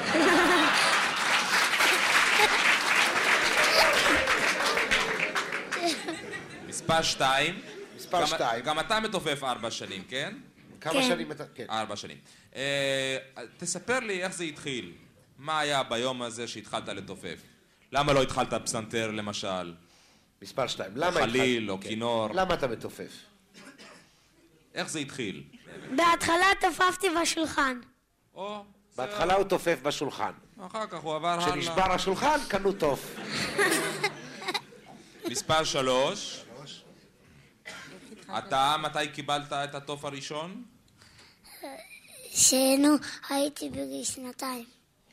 [SPEAKER 8] מספר שתיים.
[SPEAKER 1] מספר
[SPEAKER 8] גם,
[SPEAKER 1] שתיים.
[SPEAKER 8] גם אתה מתופף ארבע שנים, כן?
[SPEAKER 1] כמה
[SPEAKER 9] כן.
[SPEAKER 1] שנים אתה... כן.
[SPEAKER 8] ארבע שנים. אה, תספר לי איך זה התחיל. מה היה ביום הזה שהתחלת לתופף? למה לא התחלת פסנתר למשל?
[SPEAKER 1] מספר שתיים.
[SPEAKER 8] או חליל או
[SPEAKER 1] כן.
[SPEAKER 8] כינור?
[SPEAKER 1] למה אתה מתופף?
[SPEAKER 8] איך זה התחיל?
[SPEAKER 9] בהתחלה תפפתי בשולחן.
[SPEAKER 8] או...
[SPEAKER 1] בהתחלה הוא תופף בשולחן.
[SPEAKER 8] אחר כך הוא עבר הלאה.
[SPEAKER 1] כשנשבר השולחן, קנו תוף.
[SPEAKER 8] מספר שלוש. אתה, מתי קיבלת את התוף הראשון?
[SPEAKER 9] שנו, הייתי בגיל שנתיים.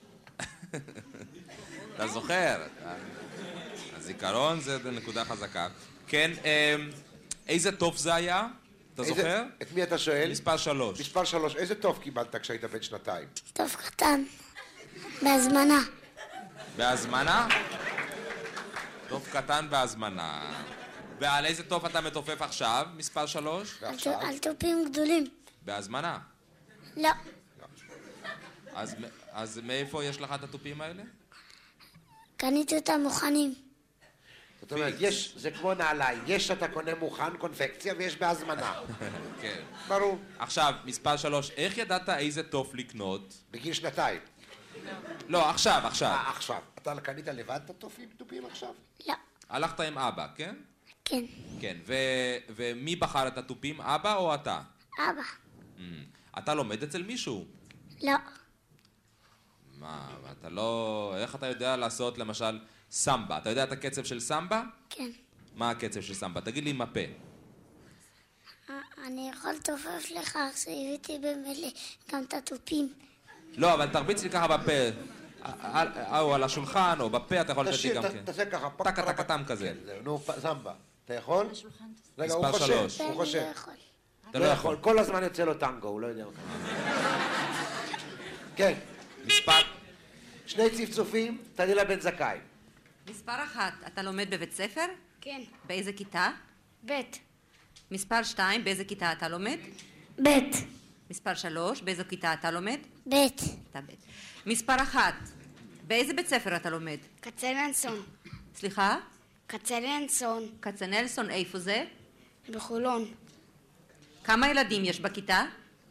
[SPEAKER 8] אתה זוכר. הזיכרון זה נקודה חזקה. כן, איזה תוף זה היה? אתה
[SPEAKER 1] איזה-
[SPEAKER 8] זוכר?
[SPEAKER 1] את מי אתה שואל?
[SPEAKER 8] מספר שלוש.
[SPEAKER 1] מספר שלוש. איזה תוף קיבלת כשהיית בן שנתיים?
[SPEAKER 9] טוב קטן. בהזמנה.
[SPEAKER 8] בהזמנה? תוף קטן בהזמנה. ועל איזה תוף אתה מתופף עכשיו? מספר שלוש?
[SPEAKER 9] על ט- על תופים גדולים.
[SPEAKER 8] בהזמנה.
[SPEAKER 9] לא.
[SPEAKER 8] אז, אז מאיפה יש לך את התופים האלה?
[SPEAKER 9] קניתי אותם מוכנים.
[SPEAKER 1] זאת אומרת, יש, זה כמו נעליים. יש שאתה קונה מוכן, קונפקציה, ויש בהזמנה.
[SPEAKER 8] כן.
[SPEAKER 1] ברור.
[SPEAKER 8] עכשיו, מספר שלוש, איך ידעת איזה תוף לקנות?
[SPEAKER 1] בגיל שנתיים.
[SPEAKER 8] לא, עכשיו, עכשיו.
[SPEAKER 1] אה, עכשיו. אתה קנית לבד את התופים תופים עכשיו?
[SPEAKER 9] לא.
[SPEAKER 8] הלכת עם אבא, כן?
[SPEAKER 9] כן.
[SPEAKER 8] כן. ו... ומי בחר את התופים, אבא או אתה?
[SPEAKER 9] אבא.
[SPEAKER 8] Mm. אתה לומד אצל מישהו.
[SPEAKER 9] לא.
[SPEAKER 8] מה, אתה לא... איך אתה יודע לעשות למשל סמבה? אתה יודע את הקצב של סמבה?
[SPEAKER 9] כן.
[SPEAKER 8] מה הקצב של סמבה? תגיד לי עם הפה.
[SPEAKER 9] אני יכול לתופף לך, שהבאתי במילא גם את התופים.
[SPEAKER 8] לא, אבל תרביץ לי ככה בפה. או על השולחן, או בפה, אתה יכול לתת לי גם כן.
[SPEAKER 1] תעשה ככה.
[SPEAKER 8] טקה טקה טם כזה.
[SPEAKER 1] נו, סמבה. אתה יכול? רגע, הוא
[SPEAKER 8] מספר
[SPEAKER 1] חושב.
[SPEAKER 8] שלוש.
[SPEAKER 1] הוא חושב.
[SPEAKER 8] אתה לא יכול.
[SPEAKER 1] כל הזמן יוצא לו טנגו, הוא לא יודע. כן.
[SPEAKER 8] מספר...
[SPEAKER 1] שני צפצופים, תדילה בן זכאי.
[SPEAKER 10] מספר אחת, אתה לומד בבית ספר?
[SPEAKER 9] כן.
[SPEAKER 10] באיזה כיתה?
[SPEAKER 9] ב'.
[SPEAKER 10] מספר שתיים, באיזה כיתה אתה לומד?
[SPEAKER 9] ב'.
[SPEAKER 10] מספר שלוש, באיזו כיתה אתה לומד?
[SPEAKER 9] ב'.
[SPEAKER 10] אתה ב'. מספר אחת, באיזה בית ספר אתה לומד?
[SPEAKER 9] כצנלסון.
[SPEAKER 10] סליחה?
[SPEAKER 9] כצנלסון.
[SPEAKER 10] כצנלסון, איפה זה?
[SPEAKER 9] בחולון.
[SPEAKER 10] כמה ילדים יש בכיתה?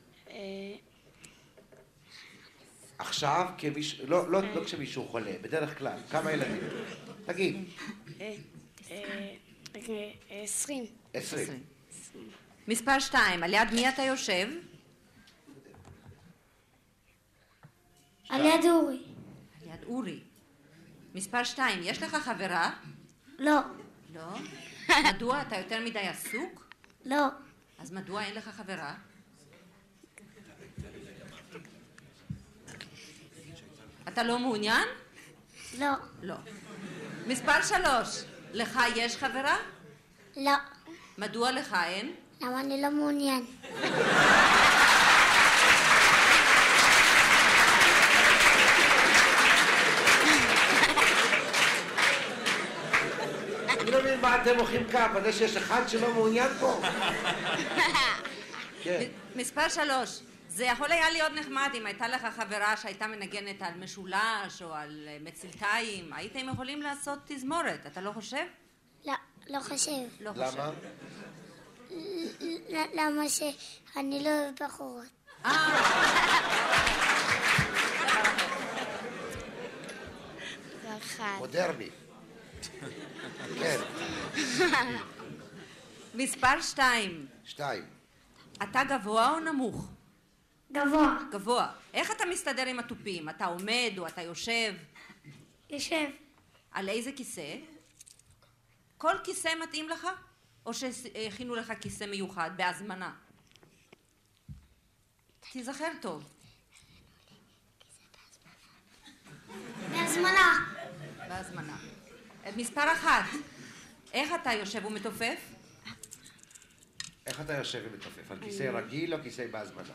[SPEAKER 1] עכשיו, כמישהו, לא, לא, לא כשמישהו חולה, בדרך כלל, כמה ילדים? תגיד.
[SPEAKER 9] עשרים.
[SPEAKER 1] עשרים.
[SPEAKER 10] מספר שתיים, על יד מי אתה יושב?
[SPEAKER 9] על יד אורי.
[SPEAKER 10] על יד אורי. מספר שתיים, יש לך חברה?
[SPEAKER 9] לא.
[SPEAKER 10] לא. מדוע? אתה יותר מדי עסוק?
[SPEAKER 9] לא.
[SPEAKER 10] אז מדוע אין לך חברה? אתה לא מעוניין?
[SPEAKER 9] לא.
[SPEAKER 10] לא. מספר שלוש, לך יש חברה?
[SPEAKER 9] לא.
[SPEAKER 10] מדוע לך אין?
[SPEAKER 9] למה אני לא מעוניין?
[SPEAKER 1] אני לא מבין מה אתם מוחאים כאן, בזה שיש אחד שלא מעוניין פה. כן.
[SPEAKER 10] מספר שלוש, זה יכול היה להיות נחמד אם הייתה לך חברה שהייתה מנגנת על משולש או על מצלתיים, הייתם יכולים לעשות תזמורת, אתה לא חושב?
[SPEAKER 9] לא, לא חושב.
[SPEAKER 10] לא חושב.
[SPEAKER 1] למה?
[SPEAKER 9] למה שאני לא אוהב בחורות.
[SPEAKER 1] מודרני. כן.
[SPEAKER 10] מספר שתיים.
[SPEAKER 1] שתיים.
[SPEAKER 10] אתה גבוה או נמוך?
[SPEAKER 9] גבוה.
[SPEAKER 10] גבוה. איך אתה מסתדר עם התופים? אתה עומד או אתה יושב?
[SPEAKER 9] יושב.
[SPEAKER 10] על איזה כיסא? כל כיסא מתאים לך? או שהכינו לך כיסא מיוחד בהזמנה? תיזכר טוב.
[SPEAKER 9] בהזמנה.
[SPEAKER 10] בהזמנה. מספר אחת, איך אתה יושב ומתופף?
[SPEAKER 1] איך אתה יושב ומתופף? על כיסא רגיל או כיסא בהזמנה?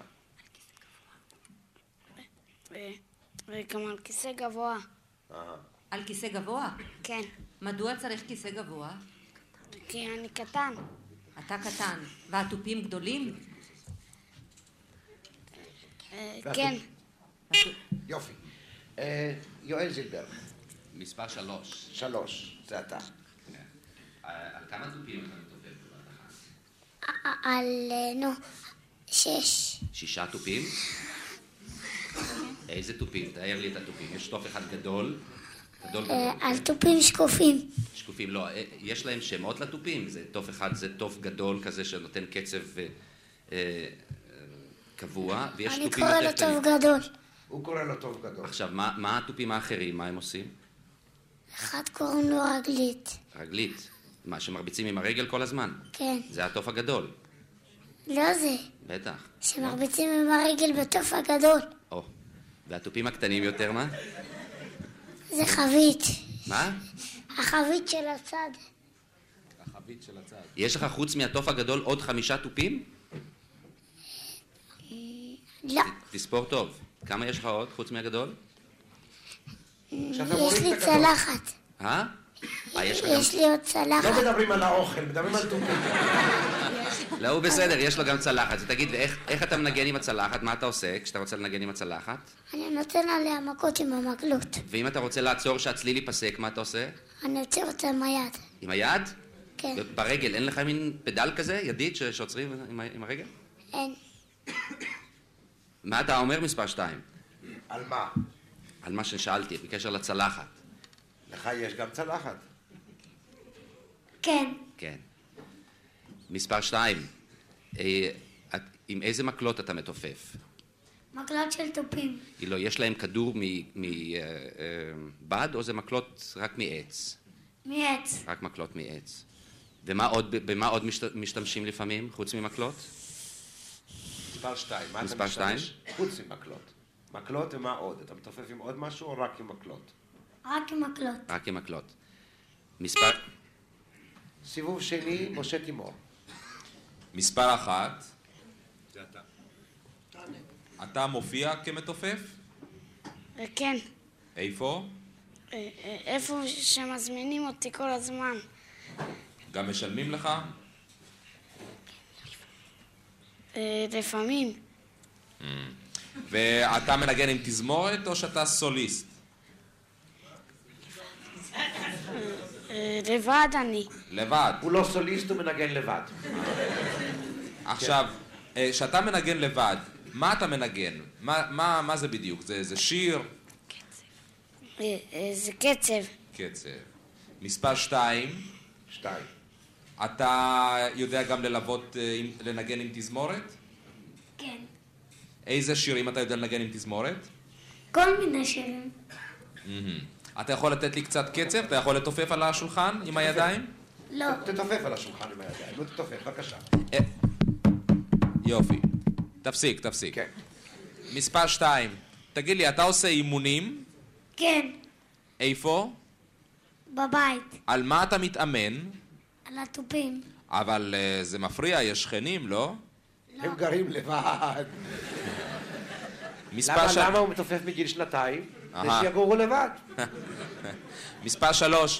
[SPEAKER 9] וגם על כיסא גבוה.
[SPEAKER 10] על כיסא גבוה?
[SPEAKER 9] כן.
[SPEAKER 10] מדוע צריך כיסא גבוה?
[SPEAKER 9] כי אני קטן.
[SPEAKER 10] אתה קטן. והתופים גדולים?
[SPEAKER 9] כן.
[SPEAKER 1] יופי. יואל זילבר.
[SPEAKER 11] מספר שלוש.
[SPEAKER 1] שלוש, זה אתה.
[SPEAKER 11] על כמה תופים אתה מתופף בבת אחת?
[SPEAKER 9] על, נו, שש.
[SPEAKER 11] שישה תופים? איזה תופים? תאר לי את התופים. יש תוף אחד גדול, גדול גדול.
[SPEAKER 9] על תופים שקופים.
[SPEAKER 11] שקופים, לא. יש להם שמות לתופים. זה תוף אחד, זה תוף גדול כזה שנותן קצב קבוע, ויש
[SPEAKER 9] אני
[SPEAKER 11] תופים
[SPEAKER 9] קורא לו
[SPEAKER 11] יותר קטנים.
[SPEAKER 9] טוב גדול.
[SPEAKER 1] הוא קורא לו טוב גדול.
[SPEAKER 11] עכשיו, מה התופים האחרים? מה הם עושים?
[SPEAKER 9] אחד קוראים לו רגלית.
[SPEAKER 11] רגלית. מה, שמרביצים עם הרגל כל הזמן?
[SPEAKER 9] כן.
[SPEAKER 11] זה התוף הגדול.
[SPEAKER 9] לא זה.
[SPEAKER 11] בטח.
[SPEAKER 9] שמרביצים עם הרגל בתוף הגדול.
[SPEAKER 11] או. והתופים הקטנים יותר, מה?
[SPEAKER 9] זה חבית.
[SPEAKER 11] מה?
[SPEAKER 9] החבית של הצד.
[SPEAKER 8] החבית של הצד.
[SPEAKER 11] יש לך חוץ מהתוף הגדול עוד חמישה תופים?
[SPEAKER 9] לא.
[SPEAKER 11] תספור טוב. כמה יש לך עוד חוץ מהגדול?
[SPEAKER 9] יש לי צלחת.
[SPEAKER 11] אה?
[SPEAKER 9] יש לי עוד צלחת.
[SPEAKER 1] לא מדברים על האוכל, מדברים על תופים.
[SPEAKER 11] לא, הוא בסדר, יש לו גם צלחת. אז תגיד, איך אתה מנגן עם הצלחת? מה אתה עושה כשאתה רוצה לנגן עם הצלחת?
[SPEAKER 9] אני נותן עליה מכות עם המקלות.
[SPEAKER 11] ואם אתה רוצה לעצור שהצליל ייפסק, מה אתה עושה?
[SPEAKER 9] אני עוצר אותה עם היד.
[SPEAKER 11] עם היד?
[SPEAKER 9] כן.
[SPEAKER 11] ברגל, אין לך מין פדל כזה, ידית, שעוצרים עם הרגל?
[SPEAKER 9] אין.
[SPEAKER 11] מה אתה אומר מספר שתיים?
[SPEAKER 1] על מה?
[SPEAKER 11] על מה ששאלתי, בקשר לצלחת.
[SPEAKER 1] לך יש גם צלחת.
[SPEAKER 9] כן.
[SPEAKER 11] כן. מספר שתיים, עם איזה מקלות אתה מתופף?
[SPEAKER 9] מקלות של תופים.
[SPEAKER 11] לא, יש להם כדור מבד, או זה מקלות רק מעץ?
[SPEAKER 9] מעץ.
[SPEAKER 11] רק מקלות מעץ. ומה עוד, במה עוד משתמשים לפעמים, חוץ ממקלות?
[SPEAKER 1] מספר שתיים. מה אתה
[SPEAKER 11] מספר שתיים?
[SPEAKER 1] משתמש? חוץ ממקלות. מקלות ומה עוד? אתה מתופף עם עוד משהו או רק עם מקלות?
[SPEAKER 9] רק עם מקלות.
[SPEAKER 11] רק עם מקלות. מספר...
[SPEAKER 1] סיבוב שני, משה תימור.
[SPEAKER 8] מספר אחת. זה אתה. אתה מופיע כמתופף?
[SPEAKER 12] כן.
[SPEAKER 8] איפה?
[SPEAKER 12] איפה שמזמינים אותי כל הזמן.
[SPEAKER 8] גם משלמים לך?
[SPEAKER 12] לפעמים.
[SPEAKER 8] ואתה מנגן עם תזמורת או שאתה סוליסט?
[SPEAKER 12] לבד אני.
[SPEAKER 8] לבד.
[SPEAKER 1] הוא לא סוליסט, הוא מנגן לבד.
[SPEAKER 8] עכשיו, שאתה מנגן לבד, מה אתה מנגן? מה, מה, מה זה בדיוק? זה, זה שיר?
[SPEAKER 12] זה קצב.
[SPEAKER 8] קצב. מספר שתיים.
[SPEAKER 1] שתיים.
[SPEAKER 8] אתה יודע גם ללוות, לנגן עם תזמורת?
[SPEAKER 9] כן.
[SPEAKER 8] איזה שירים אתה יודע לנגן עם תזמורת?
[SPEAKER 9] כל מיני שירים.
[SPEAKER 8] אתה יכול לתת לי קצת קצב? אתה יכול לתופף על השולחן עם הידיים?
[SPEAKER 9] לא.
[SPEAKER 1] תתופף על השולחן עם הידיים. לא תתופף, בבקשה.
[SPEAKER 8] יופי. תפסיק, תפסיק.
[SPEAKER 1] כן.
[SPEAKER 8] מספר שתיים. תגיד לי, אתה עושה אימונים?
[SPEAKER 9] כן.
[SPEAKER 8] איפה?
[SPEAKER 9] בבית.
[SPEAKER 8] על מה אתה מתאמן?
[SPEAKER 9] על התופים.
[SPEAKER 8] אבל uh, זה מפריע, יש שכנים, לא?
[SPEAKER 9] לא.
[SPEAKER 1] הם גרים לבד.
[SPEAKER 8] מספר ש...
[SPEAKER 1] למה הוא מתופף מגיל שנתיים? זה
[SPEAKER 8] אהה.
[SPEAKER 1] שיגורו לבד.
[SPEAKER 8] מספר שלוש.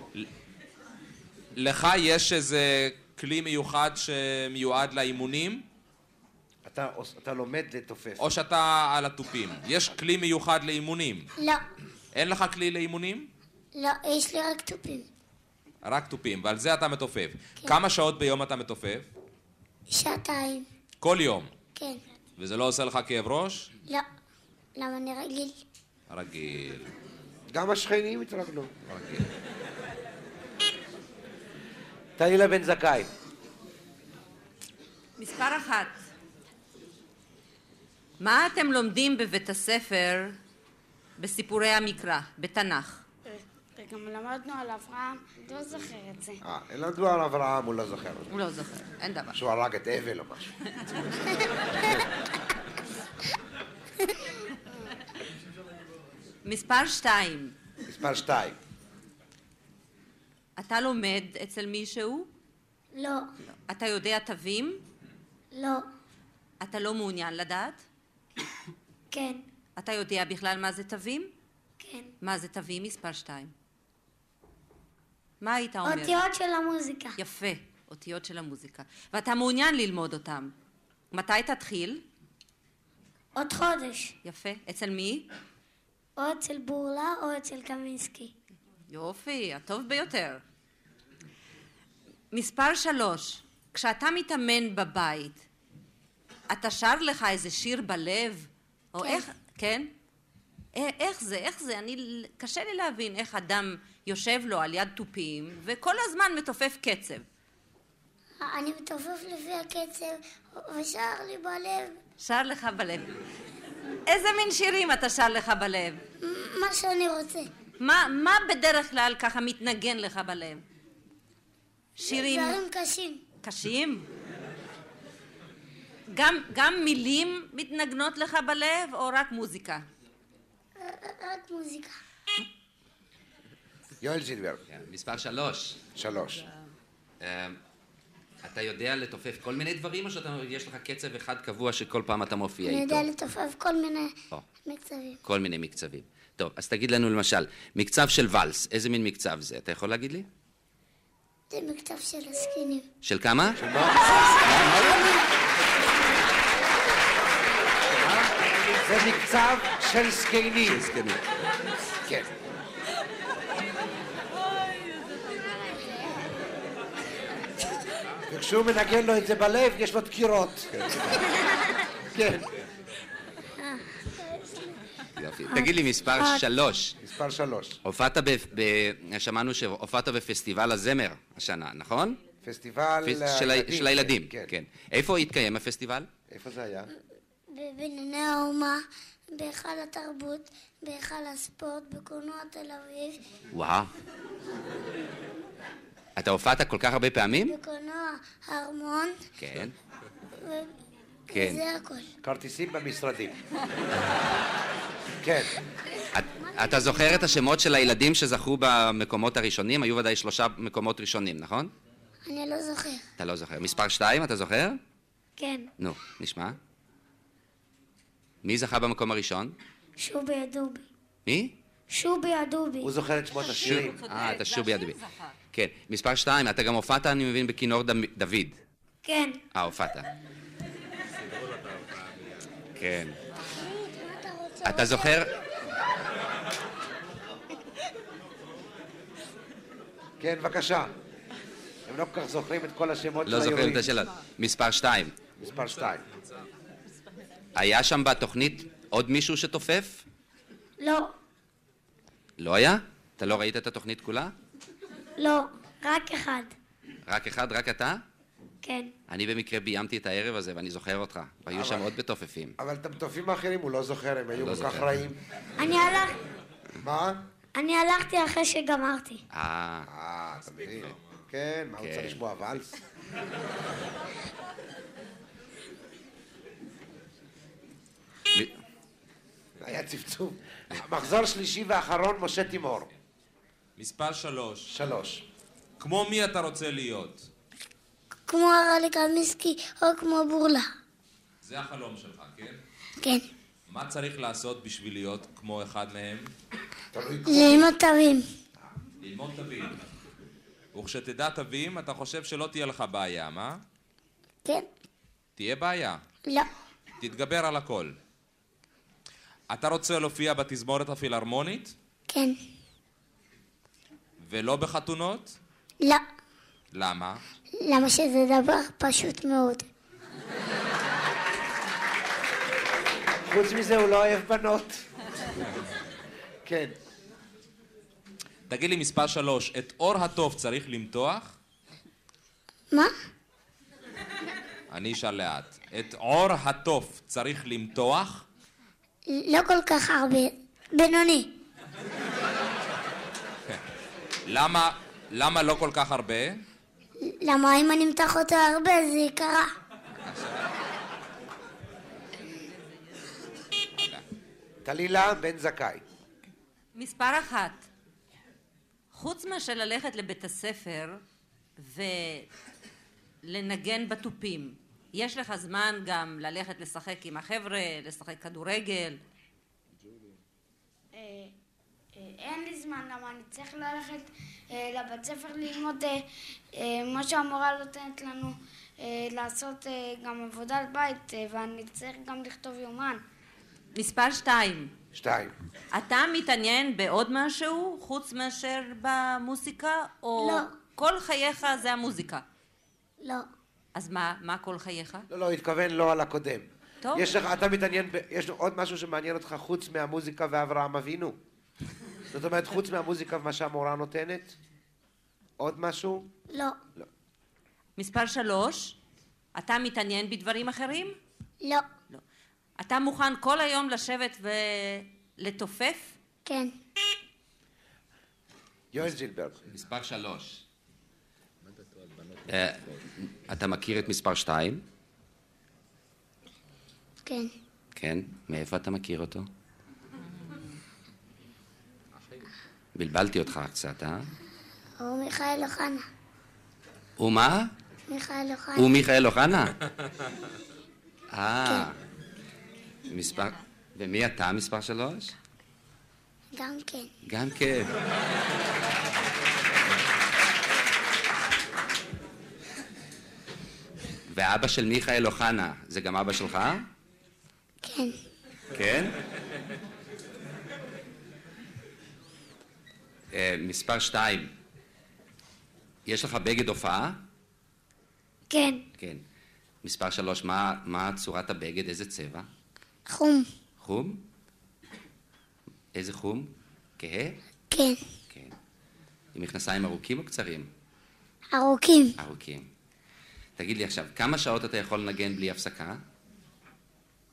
[SPEAKER 8] לך יש איזה כלי מיוחד שמיועד לאימונים?
[SPEAKER 1] אתה, אתה לומד לתופף.
[SPEAKER 8] או שאתה על התופים. יש כלי מיוחד לאימונים?
[SPEAKER 9] לא.
[SPEAKER 8] אין לך כלי לאימונים?
[SPEAKER 9] לא, יש לי רק תופים.
[SPEAKER 8] רק תופים, ועל זה אתה מתופף. כן. כמה שעות ביום אתה מתופף?
[SPEAKER 9] שעתיים.
[SPEAKER 8] כל יום.
[SPEAKER 9] כן.
[SPEAKER 8] וזה לא עושה לך כאב ראש?
[SPEAKER 9] לא. למה אני רגיל?
[SPEAKER 8] רגיל.
[SPEAKER 1] גם השכנים התרגלו.
[SPEAKER 8] רגיל.
[SPEAKER 1] תהילה בן זכאי.
[SPEAKER 10] מספר אחת. מה אתם לומדים בבית הספר בסיפורי המקרא, בתנ"ך?
[SPEAKER 12] וגם למדנו על אברהם, לא זוכר את זה.
[SPEAKER 1] אה, למדו על אברהם, הוא לא זוכר.
[SPEAKER 10] הוא לא זוכר, אין דבר.
[SPEAKER 1] שהוא הרג את אבל או משהו.
[SPEAKER 10] מספר שתיים.
[SPEAKER 1] מספר שתיים.
[SPEAKER 10] אתה לומד אצל מישהו?
[SPEAKER 9] לא.
[SPEAKER 10] אתה יודע תווים?
[SPEAKER 9] לא.
[SPEAKER 10] אתה לא מעוניין לדעת?
[SPEAKER 9] כן.
[SPEAKER 10] אתה יודע בכלל מה זה תווים?
[SPEAKER 9] כן.
[SPEAKER 10] מה זה תווים? מספר שתיים. מה היית אומר?
[SPEAKER 9] אותיות של המוזיקה.
[SPEAKER 10] יפה, אותיות של המוזיקה. ואתה מעוניין ללמוד אותם. מתי תתחיל?
[SPEAKER 9] עוד חודש.
[SPEAKER 10] יפה. אצל מי?
[SPEAKER 9] או אצל בורלה או אצל קמינסקי.
[SPEAKER 10] יופי, הטוב ביותר. מספר שלוש. כשאתה מתאמן בבית, אתה שר לך איזה שיר בלב? או
[SPEAKER 9] כן.
[SPEAKER 10] איך, כן? איך זה, איך זה? אני, קשה לי להבין איך אדם יושב לו על יד תופים וכל הזמן מתופף קצב.
[SPEAKER 9] אני מתופף לפי הקצב ושר לי בלב.
[SPEAKER 10] שר לך בלב. איזה מין שירים אתה שר לך בלב?
[SPEAKER 9] מה שאני רוצה.
[SPEAKER 10] מה, מה בדרך כלל ככה מתנגן לך בלב? שירים...
[SPEAKER 9] דברים קשים.
[SPEAKER 10] קשים? גם, גם מילים מתנגנות לך בלב או רק מוזיקה?
[SPEAKER 9] רק מוזיקה.
[SPEAKER 1] יואל זילבר.
[SPEAKER 11] מספר שלוש.
[SPEAKER 1] שלוש.
[SPEAKER 11] אתה יודע לתופף כל מיני דברים, או שיש לך קצב אחד קבוע שכל פעם אתה מופיע
[SPEAKER 9] אני
[SPEAKER 11] איתו?
[SPEAKER 9] יודע לתופף כל מיני מקצבים.
[SPEAKER 11] כל מיני מקצבים. טוב, אז תגיד לנו למשל, מקצב של ולס, איזה מין מקצב זה? אתה יכול להגיד לי?
[SPEAKER 9] זה מקצב של הזקנים.
[SPEAKER 11] של כמה? של מה?
[SPEAKER 1] זה מקצב של זקנים.
[SPEAKER 11] של זקנים.
[SPEAKER 1] כן. וכשהוא מנגן לו את זה בלב, יש לו דקירות. כן.
[SPEAKER 11] יופי. תגיד לי, מספר שלוש.
[SPEAKER 1] מספר שלוש.
[SPEAKER 11] הופעת ב... שמענו שהופעת בפסטיבל הזמר השנה, נכון?
[SPEAKER 1] פסטיבל
[SPEAKER 11] של הילדים. כן. איפה התקיים הפסטיבל?
[SPEAKER 1] איפה זה היה?
[SPEAKER 9] בבנייני האומה, בהיכל התרבות, בהיכל הספורט, בקולנוע תל אביב.
[SPEAKER 11] וואו. אתה הופעת כל כך הרבה פעמים?
[SPEAKER 9] בקולנוע הארמון.
[SPEAKER 11] כן.
[SPEAKER 9] ו...
[SPEAKER 11] כן.
[SPEAKER 9] וזה הכל.
[SPEAKER 1] כרטיסים במשרדים. כן.
[SPEAKER 11] את, אתה זוכר את השמות של הילדים שזכו במקומות הראשונים? היו ודאי שלושה מקומות ראשונים, נכון?
[SPEAKER 9] אני לא זוכר.
[SPEAKER 11] אתה לא זוכר. מספר שתיים, אתה זוכר?
[SPEAKER 9] כן.
[SPEAKER 11] נו, נשמע. מי זכה במקום הראשון?
[SPEAKER 9] שובי הדובי.
[SPEAKER 11] מי?
[SPEAKER 9] שובי הדובי.
[SPEAKER 1] הוא זוכר את שמות השירים.
[SPEAKER 11] אה, אתה שובי הדובי. כן. מספר שתיים, אתה גם הופעת, אני מבין, בכינור דוד.
[SPEAKER 9] כן.
[SPEAKER 11] אה, הופעת. כן. אתה זוכר?
[SPEAKER 1] כן, בבקשה. הם לא כל כך זוכרים את כל השמות של
[SPEAKER 11] לא
[SPEAKER 1] האירועים.
[SPEAKER 11] זוכרים את השאלה. מספר שתיים.
[SPEAKER 1] מספר שתיים.
[SPEAKER 11] היה שם בתוכנית עוד מישהו שתופף?
[SPEAKER 9] לא.
[SPEAKER 11] לא היה? אתה לא ראית את התוכנית כולה?
[SPEAKER 9] לא. רק אחד.
[SPEAKER 11] רק אחד? רק אתה?
[SPEAKER 9] כן.
[SPEAKER 11] אני במקרה ביימתי את הערב הזה ואני זוכר אותך. והיו שם עוד מתופפים.
[SPEAKER 1] אבל את המתופים האחרים הוא לא זוכר, הם היו כל כך רעים.
[SPEAKER 9] אני הלך...
[SPEAKER 1] מה?
[SPEAKER 9] אני הלכתי אחרי שגמרתי.
[SPEAKER 11] אה.
[SPEAKER 1] אה, אתה מבין. כן, מה הוא צריך לשמוע ואלס? היה צפצוף. מחזור שלישי ואחרון, משה תימור.
[SPEAKER 8] מספר שלוש.
[SPEAKER 1] שלוש.
[SPEAKER 8] כמו מי אתה רוצה להיות?
[SPEAKER 9] כמו הרלי קמיסקי או כמו בורלה.
[SPEAKER 8] זה החלום שלך, כן?
[SPEAKER 9] כן.
[SPEAKER 8] מה צריך לעשות בשביל להיות כמו אחד מהם?
[SPEAKER 9] ללמוד תווים.
[SPEAKER 8] ללמוד תווים. וכשתדע תווים, אתה חושב שלא תהיה לך בעיה, מה?
[SPEAKER 9] כן.
[SPEAKER 8] תהיה בעיה.
[SPEAKER 9] לא.
[SPEAKER 8] תתגבר על הכל. אתה רוצה להופיע בתזמורת הפילהרמונית?
[SPEAKER 9] כן.
[SPEAKER 8] ולא בחתונות?
[SPEAKER 9] לא.
[SPEAKER 8] למה?
[SPEAKER 9] למה שזה דבר פשוט מאוד.
[SPEAKER 1] חוץ מזה הוא לא אוהב בנות. כן.
[SPEAKER 8] תגיד לי מספר שלוש, את אור הטוב צריך למתוח?
[SPEAKER 9] מה?
[SPEAKER 8] אני אשאל לאט. את אור הטוב צריך למתוח?
[SPEAKER 9] לא כל כך הרבה. בינוני.
[SPEAKER 8] למה, למה לא כל כך הרבה?
[SPEAKER 9] למה אם אני אמתח אותו הרבה זה יקרה.
[SPEAKER 1] תלילה בן זכאי.
[SPEAKER 10] מספר אחת. חוץ מאשר ללכת לבית הספר ולנגן בתופים, יש לך זמן גם ללכת לשחק עם החבר'ה, לשחק כדורגל?
[SPEAKER 12] אין לי זמן, למה אני צריך ללכת לבית ספר ללמוד מה שהמורה נותנת לנו, לעשות גם עבודת בית, ואני צריך גם לכתוב יומן.
[SPEAKER 10] מספר שתיים.
[SPEAKER 1] שתיים.
[SPEAKER 10] אתה מתעניין בעוד משהו חוץ מאשר במוזיקה, או
[SPEAKER 9] לא.
[SPEAKER 10] כל חייך זה המוזיקה?
[SPEAKER 9] לא.
[SPEAKER 10] אז מה, מה כל חייך?
[SPEAKER 1] לא, לא, התכוון לא על הקודם.
[SPEAKER 10] טוב.
[SPEAKER 1] יש לך, אתה מתעניין, ב, יש עוד משהו שמעניין אותך חוץ מהמוזיקה ואברהם אבינו? זאת אומרת, חוץ מהמוזיקה ומה שהמורה נותנת? עוד משהו?
[SPEAKER 9] לא.
[SPEAKER 1] לא.
[SPEAKER 10] מספר שלוש, אתה מתעניין בדברים אחרים?
[SPEAKER 9] לא.
[SPEAKER 10] לא. אתה מוכן כל היום לשבת ולתופף?
[SPEAKER 9] כן.
[SPEAKER 1] יואל זילברג.
[SPEAKER 11] מספר שלוש. אתה מכיר את מספר שתיים?
[SPEAKER 9] כן.
[SPEAKER 11] כן. מאיפה אתה מכיר אותו? בלבלתי אותך קצת, אה?
[SPEAKER 9] הוא מיכאל אוחנה.
[SPEAKER 11] הוא מה?
[SPEAKER 9] מיכאל אוחנה.
[SPEAKER 11] הוא מיכאל אוחנה? אה. מספר... ומי אתה מספר שלוש?
[SPEAKER 9] גם כן.
[SPEAKER 11] גם כן. ואבא של מיכאל אוחנה, זה גם אבא שלך?
[SPEAKER 9] כן.
[SPEAKER 11] כן? מספר שתיים. יש לך בגד הופעה?
[SPEAKER 9] כן.
[SPEAKER 11] כן. מספר שלוש, מה, מה צורת הבגד? איזה צבע?
[SPEAKER 9] חום.
[SPEAKER 11] חום? איזה חום? כהה?
[SPEAKER 9] כן.
[SPEAKER 11] כן. עם מכנסיים ארוכים או קצרים?
[SPEAKER 9] ארוכים.
[SPEAKER 11] ארוכים. תגיד לי עכשיו, כמה שעות אתה יכול לנגן בלי הפסקה?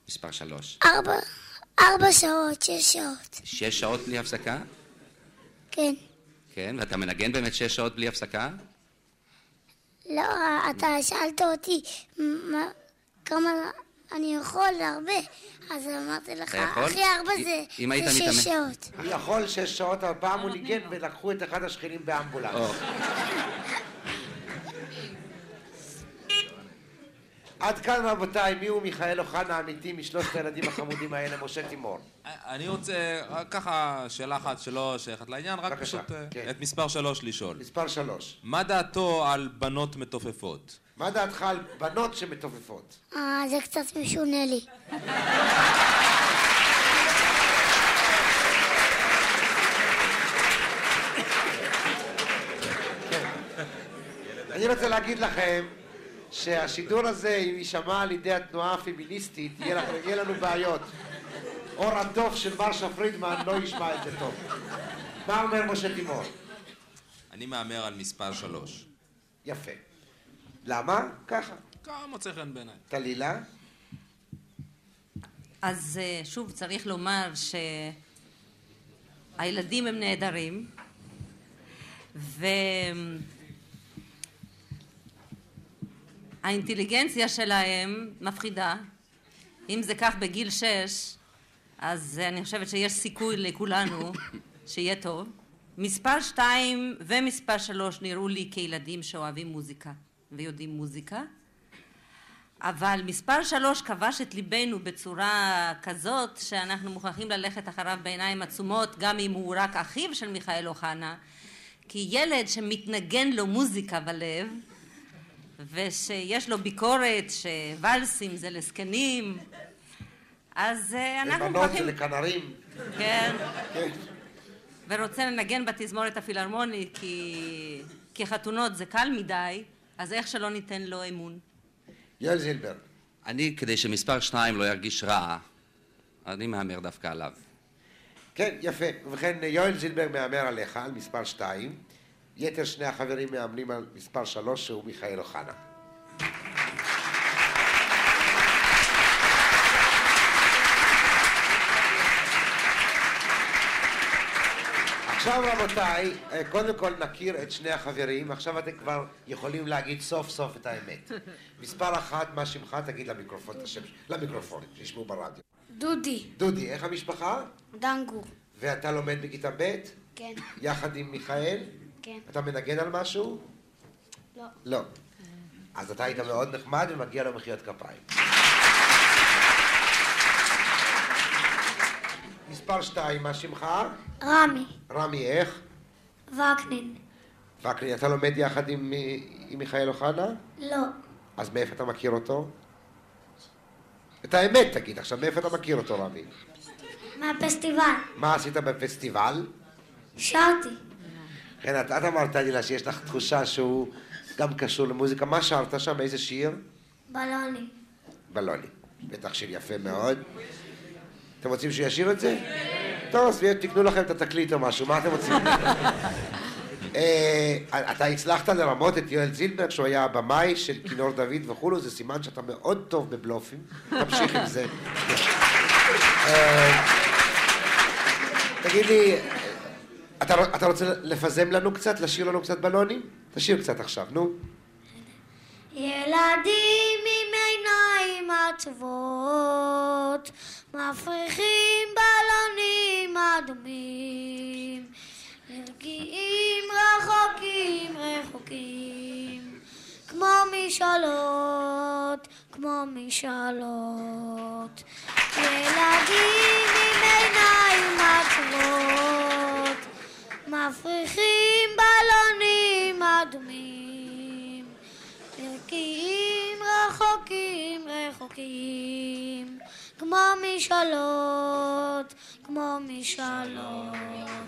[SPEAKER 11] מספר שלוש.
[SPEAKER 9] ארבע, ארבע שעות, שש שעות.
[SPEAKER 11] שש שעות בלי הפסקה?
[SPEAKER 9] כן.
[SPEAKER 11] כן, ואתה מנגן באמת שש שעות בלי הפסקה?
[SPEAKER 9] לא, אתה שאלת אותי מה, כמה אני יכול, הרבה. אז אמרתי לך, הכי הרבה זה, זה שש שעות.
[SPEAKER 1] הוא יכול שש שעות, אבל פעם הוא ניגן ולקחו את אחד השכנים באמבולנס. עד כאן רבותיי, מי הוא מיכאל אוחנה האמיתי משלושת הילדים החמודים האלה, משה תימור?
[SPEAKER 8] אני רוצה ככה שאלה אחת שלא שייכת לעניין, רק פשוט את מספר שלוש לשאול.
[SPEAKER 1] מספר שלוש.
[SPEAKER 8] מה דעתו על בנות מתופפות?
[SPEAKER 1] מה דעתך על בנות שמתופפות?
[SPEAKER 9] אה, זה קצת משונה לי.
[SPEAKER 1] אני רוצה להגיד לכם שהשידור הזה, אם יישמע על ידי התנועה הפמיניסטית, יהיה לנו בעיות. אור התוף של מרשה פרידמן לא ישמע את זה טוב. מה אומר משה תימור?
[SPEAKER 8] אני מאמר על מספר שלוש.
[SPEAKER 1] יפה. למה? ככה.
[SPEAKER 8] ככה מוצא חן בעיניי.
[SPEAKER 1] תלילה?
[SPEAKER 10] אז שוב צריך לומר שהילדים הם נהדרים, והאינטליגנציה שלהם מפחידה. אם זה כך בגיל שש, אז אני חושבת שיש סיכוי לכולנו שיהיה טוב. מספר שתיים ומספר שלוש נראו לי כילדים שאוהבים מוזיקה ויודעים מוזיקה, אבל מספר שלוש כבש את ליבנו בצורה כזאת שאנחנו מוכרחים ללכת אחריו בעיניים עצומות, גם אם הוא רק אחיו של מיכאל אוחנה, כי ילד שמתנגן לו מוזיקה בלב ושיש לו ביקורת שוואלסים זה לזקנים, אז אנחנו
[SPEAKER 1] לבנות זה לכנרים.
[SPEAKER 10] כן. ורוצה לנגן בתזמורת הפילהרמונית כי, כי חתונות זה קל מדי, אז איך שלא ניתן לו אמון.
[SPEAKER 1] יואל זילברג.
[SPEAKER 11] אני, כדי שמספר שניים לא ירגיש רע, אני מאמר דווקא עליו.
[SPEAKER 1] כן, יפה. ובכן, יואל זילברג מאמר עליך, על מספר שתיים. יתר שני החברים מאמנים על מספר שלוש, שהוא מיכאל אוחנה. עכשיו רבותיי, קודם כל נכיר את שני החברים, עכשיו אתם כבר יכולים להגיד סוף סוף את האמת. מספר אחת, מה שמך? תגיד למיקרופון את השם, למיקרופון, שישמעו ברדיו.
[SPEAKER 12] דודי.
[SPEAKER 1] דודי, איך המשפחה?
[SPEAKER 12] דנגור.
[SPEAKER 1] ואתה לומד בכיתה ב'?
[SPEAKER 12] כן.
[SPEAKER 1] יחד עם מיכאל?
[SPEAKER 12] כן.
[SPEAKER 1] אתה מנגן על משהו?
[SPEAKER 12] לא.
[SPEAKER 1] לא. אז אתה היית מאוד נחמד ומגיע לו מחיאות כפיים. מספר שתיים, מה שמך?
[SPEAKER 9] רמי.
[SPEAKER 1] רמי, איך?
[SPEAKER 9] וקנין.
[SPEAKER 1] וקנין, אתה לומד יחד עם, עם מיכאל אוחנה?
[SPEAKER 9] לא.
[SPEAKER 1] אז מאיפה אתה מכיר אותו? את האמת תגיד, עכשיו מאיפה אתה מכיר אותו, רמי?
[SPEAKER 9] מהפסטיבל.
[SPEAKER 1] מה עשית בפסטיבל?
[SPEAKER 9] שרתי.
[SPEAKER 1] כן, את, את אמרת לי לה שיש לך תחושה שהוא גם קשור למוזיקה. מה שרת שם? איזה שיר?
[SPEAKER 9] בלוני.
[SPEAKER 1] בלוני. בטח שיר יפה מאוד. אתם רוצים שהוא ישיר את זה? טוב, אז תקנו לכם את התקליט או משהו, מה אתם רוצים? אתה הצלחת לרמות את יואל זילברג, שהוא היה הבמאי של כינור דוד וכולו, זה סימן שאתה מאוד טוב בבלופים. תמשיך עם זה. תגיד לי, אתה רוצה לפזם לנו קצת, לשיר לנו קצת בלונים? תשיר קצת עכשיו, נו.
[SPEAKER 9] ילדים עם עיניים עצובות מפריחים בלונים אדומים מגיעים רחוקים רחוקים כמו משאלות, כמו משאלות ילדים עם עיניים עצובות מפריחים בלונים אדומים מגיעים רחוקים רחוקים כמו משאלות, כמו משאלות.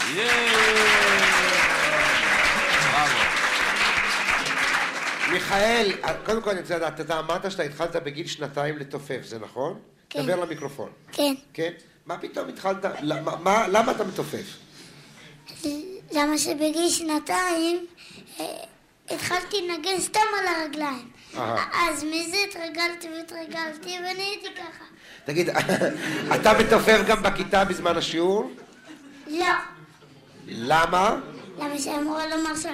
[SPEAKER 1] מיכאל, קודם כל אני רוצה לדעת, אתה אמרת שאתה התחלת בגיל שנתיים לתופף, זה נכון?
[SPEAKER 9] כן.
[SPEAKER 1] דבר למיקרופון.
[SPEAKER 9] כן.
[SPEAKER 1] כן? מה פתאום התחלת, למה, למה אתה מתופף?
[SPEAKER 9] למה שבגיל שנתיים התחלתי לנגן סתם על הרגליים. אז מזה התרגלתי והתרגלתי ונהייתי ככה.
[SPEAKER 1] תגיד, אתה מתופף גם בכיתה בזמן השיעור?
[SPEAKER 9] לא.
[SPEAKER 1] למה?
[SPEAKER 9] למה שהמורה לא מרשה.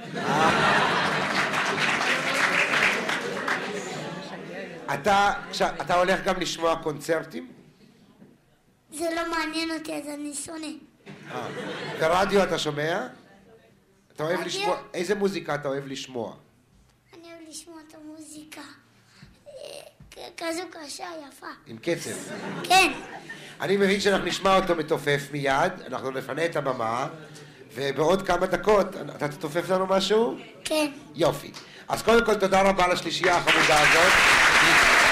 [SPEAKER 1] אתה, אתה הולך גם לשמוע קונצרטים?
[SPEAKER 9] זה לא מעניין אותי, אז אני שונא.
[SPEAKER 1] ברדיו אתה שומע? אתה אוהב לשמוע, איזה מוזיקה אתה אוהב לשמוע?
[SPEAKER 9] אני אוהב לשמוע את המוזיקה. כזו קשה, יפה.
[SPEAKER 1] עם קצב?
[SPEAKER 9] כן.
[SPEAKER 1] אני מבין שאנחנו נשמע אותו מתופף מיד, אנחנו נפנה את הבמה, ובעוד כמה דקות, אתה תתופף לנו משהו?
[SPEAKER 9] כן.
[SPEAKER 1] יופי. אז קודם כל תודה רבה לשלישייה החמודה הזאת.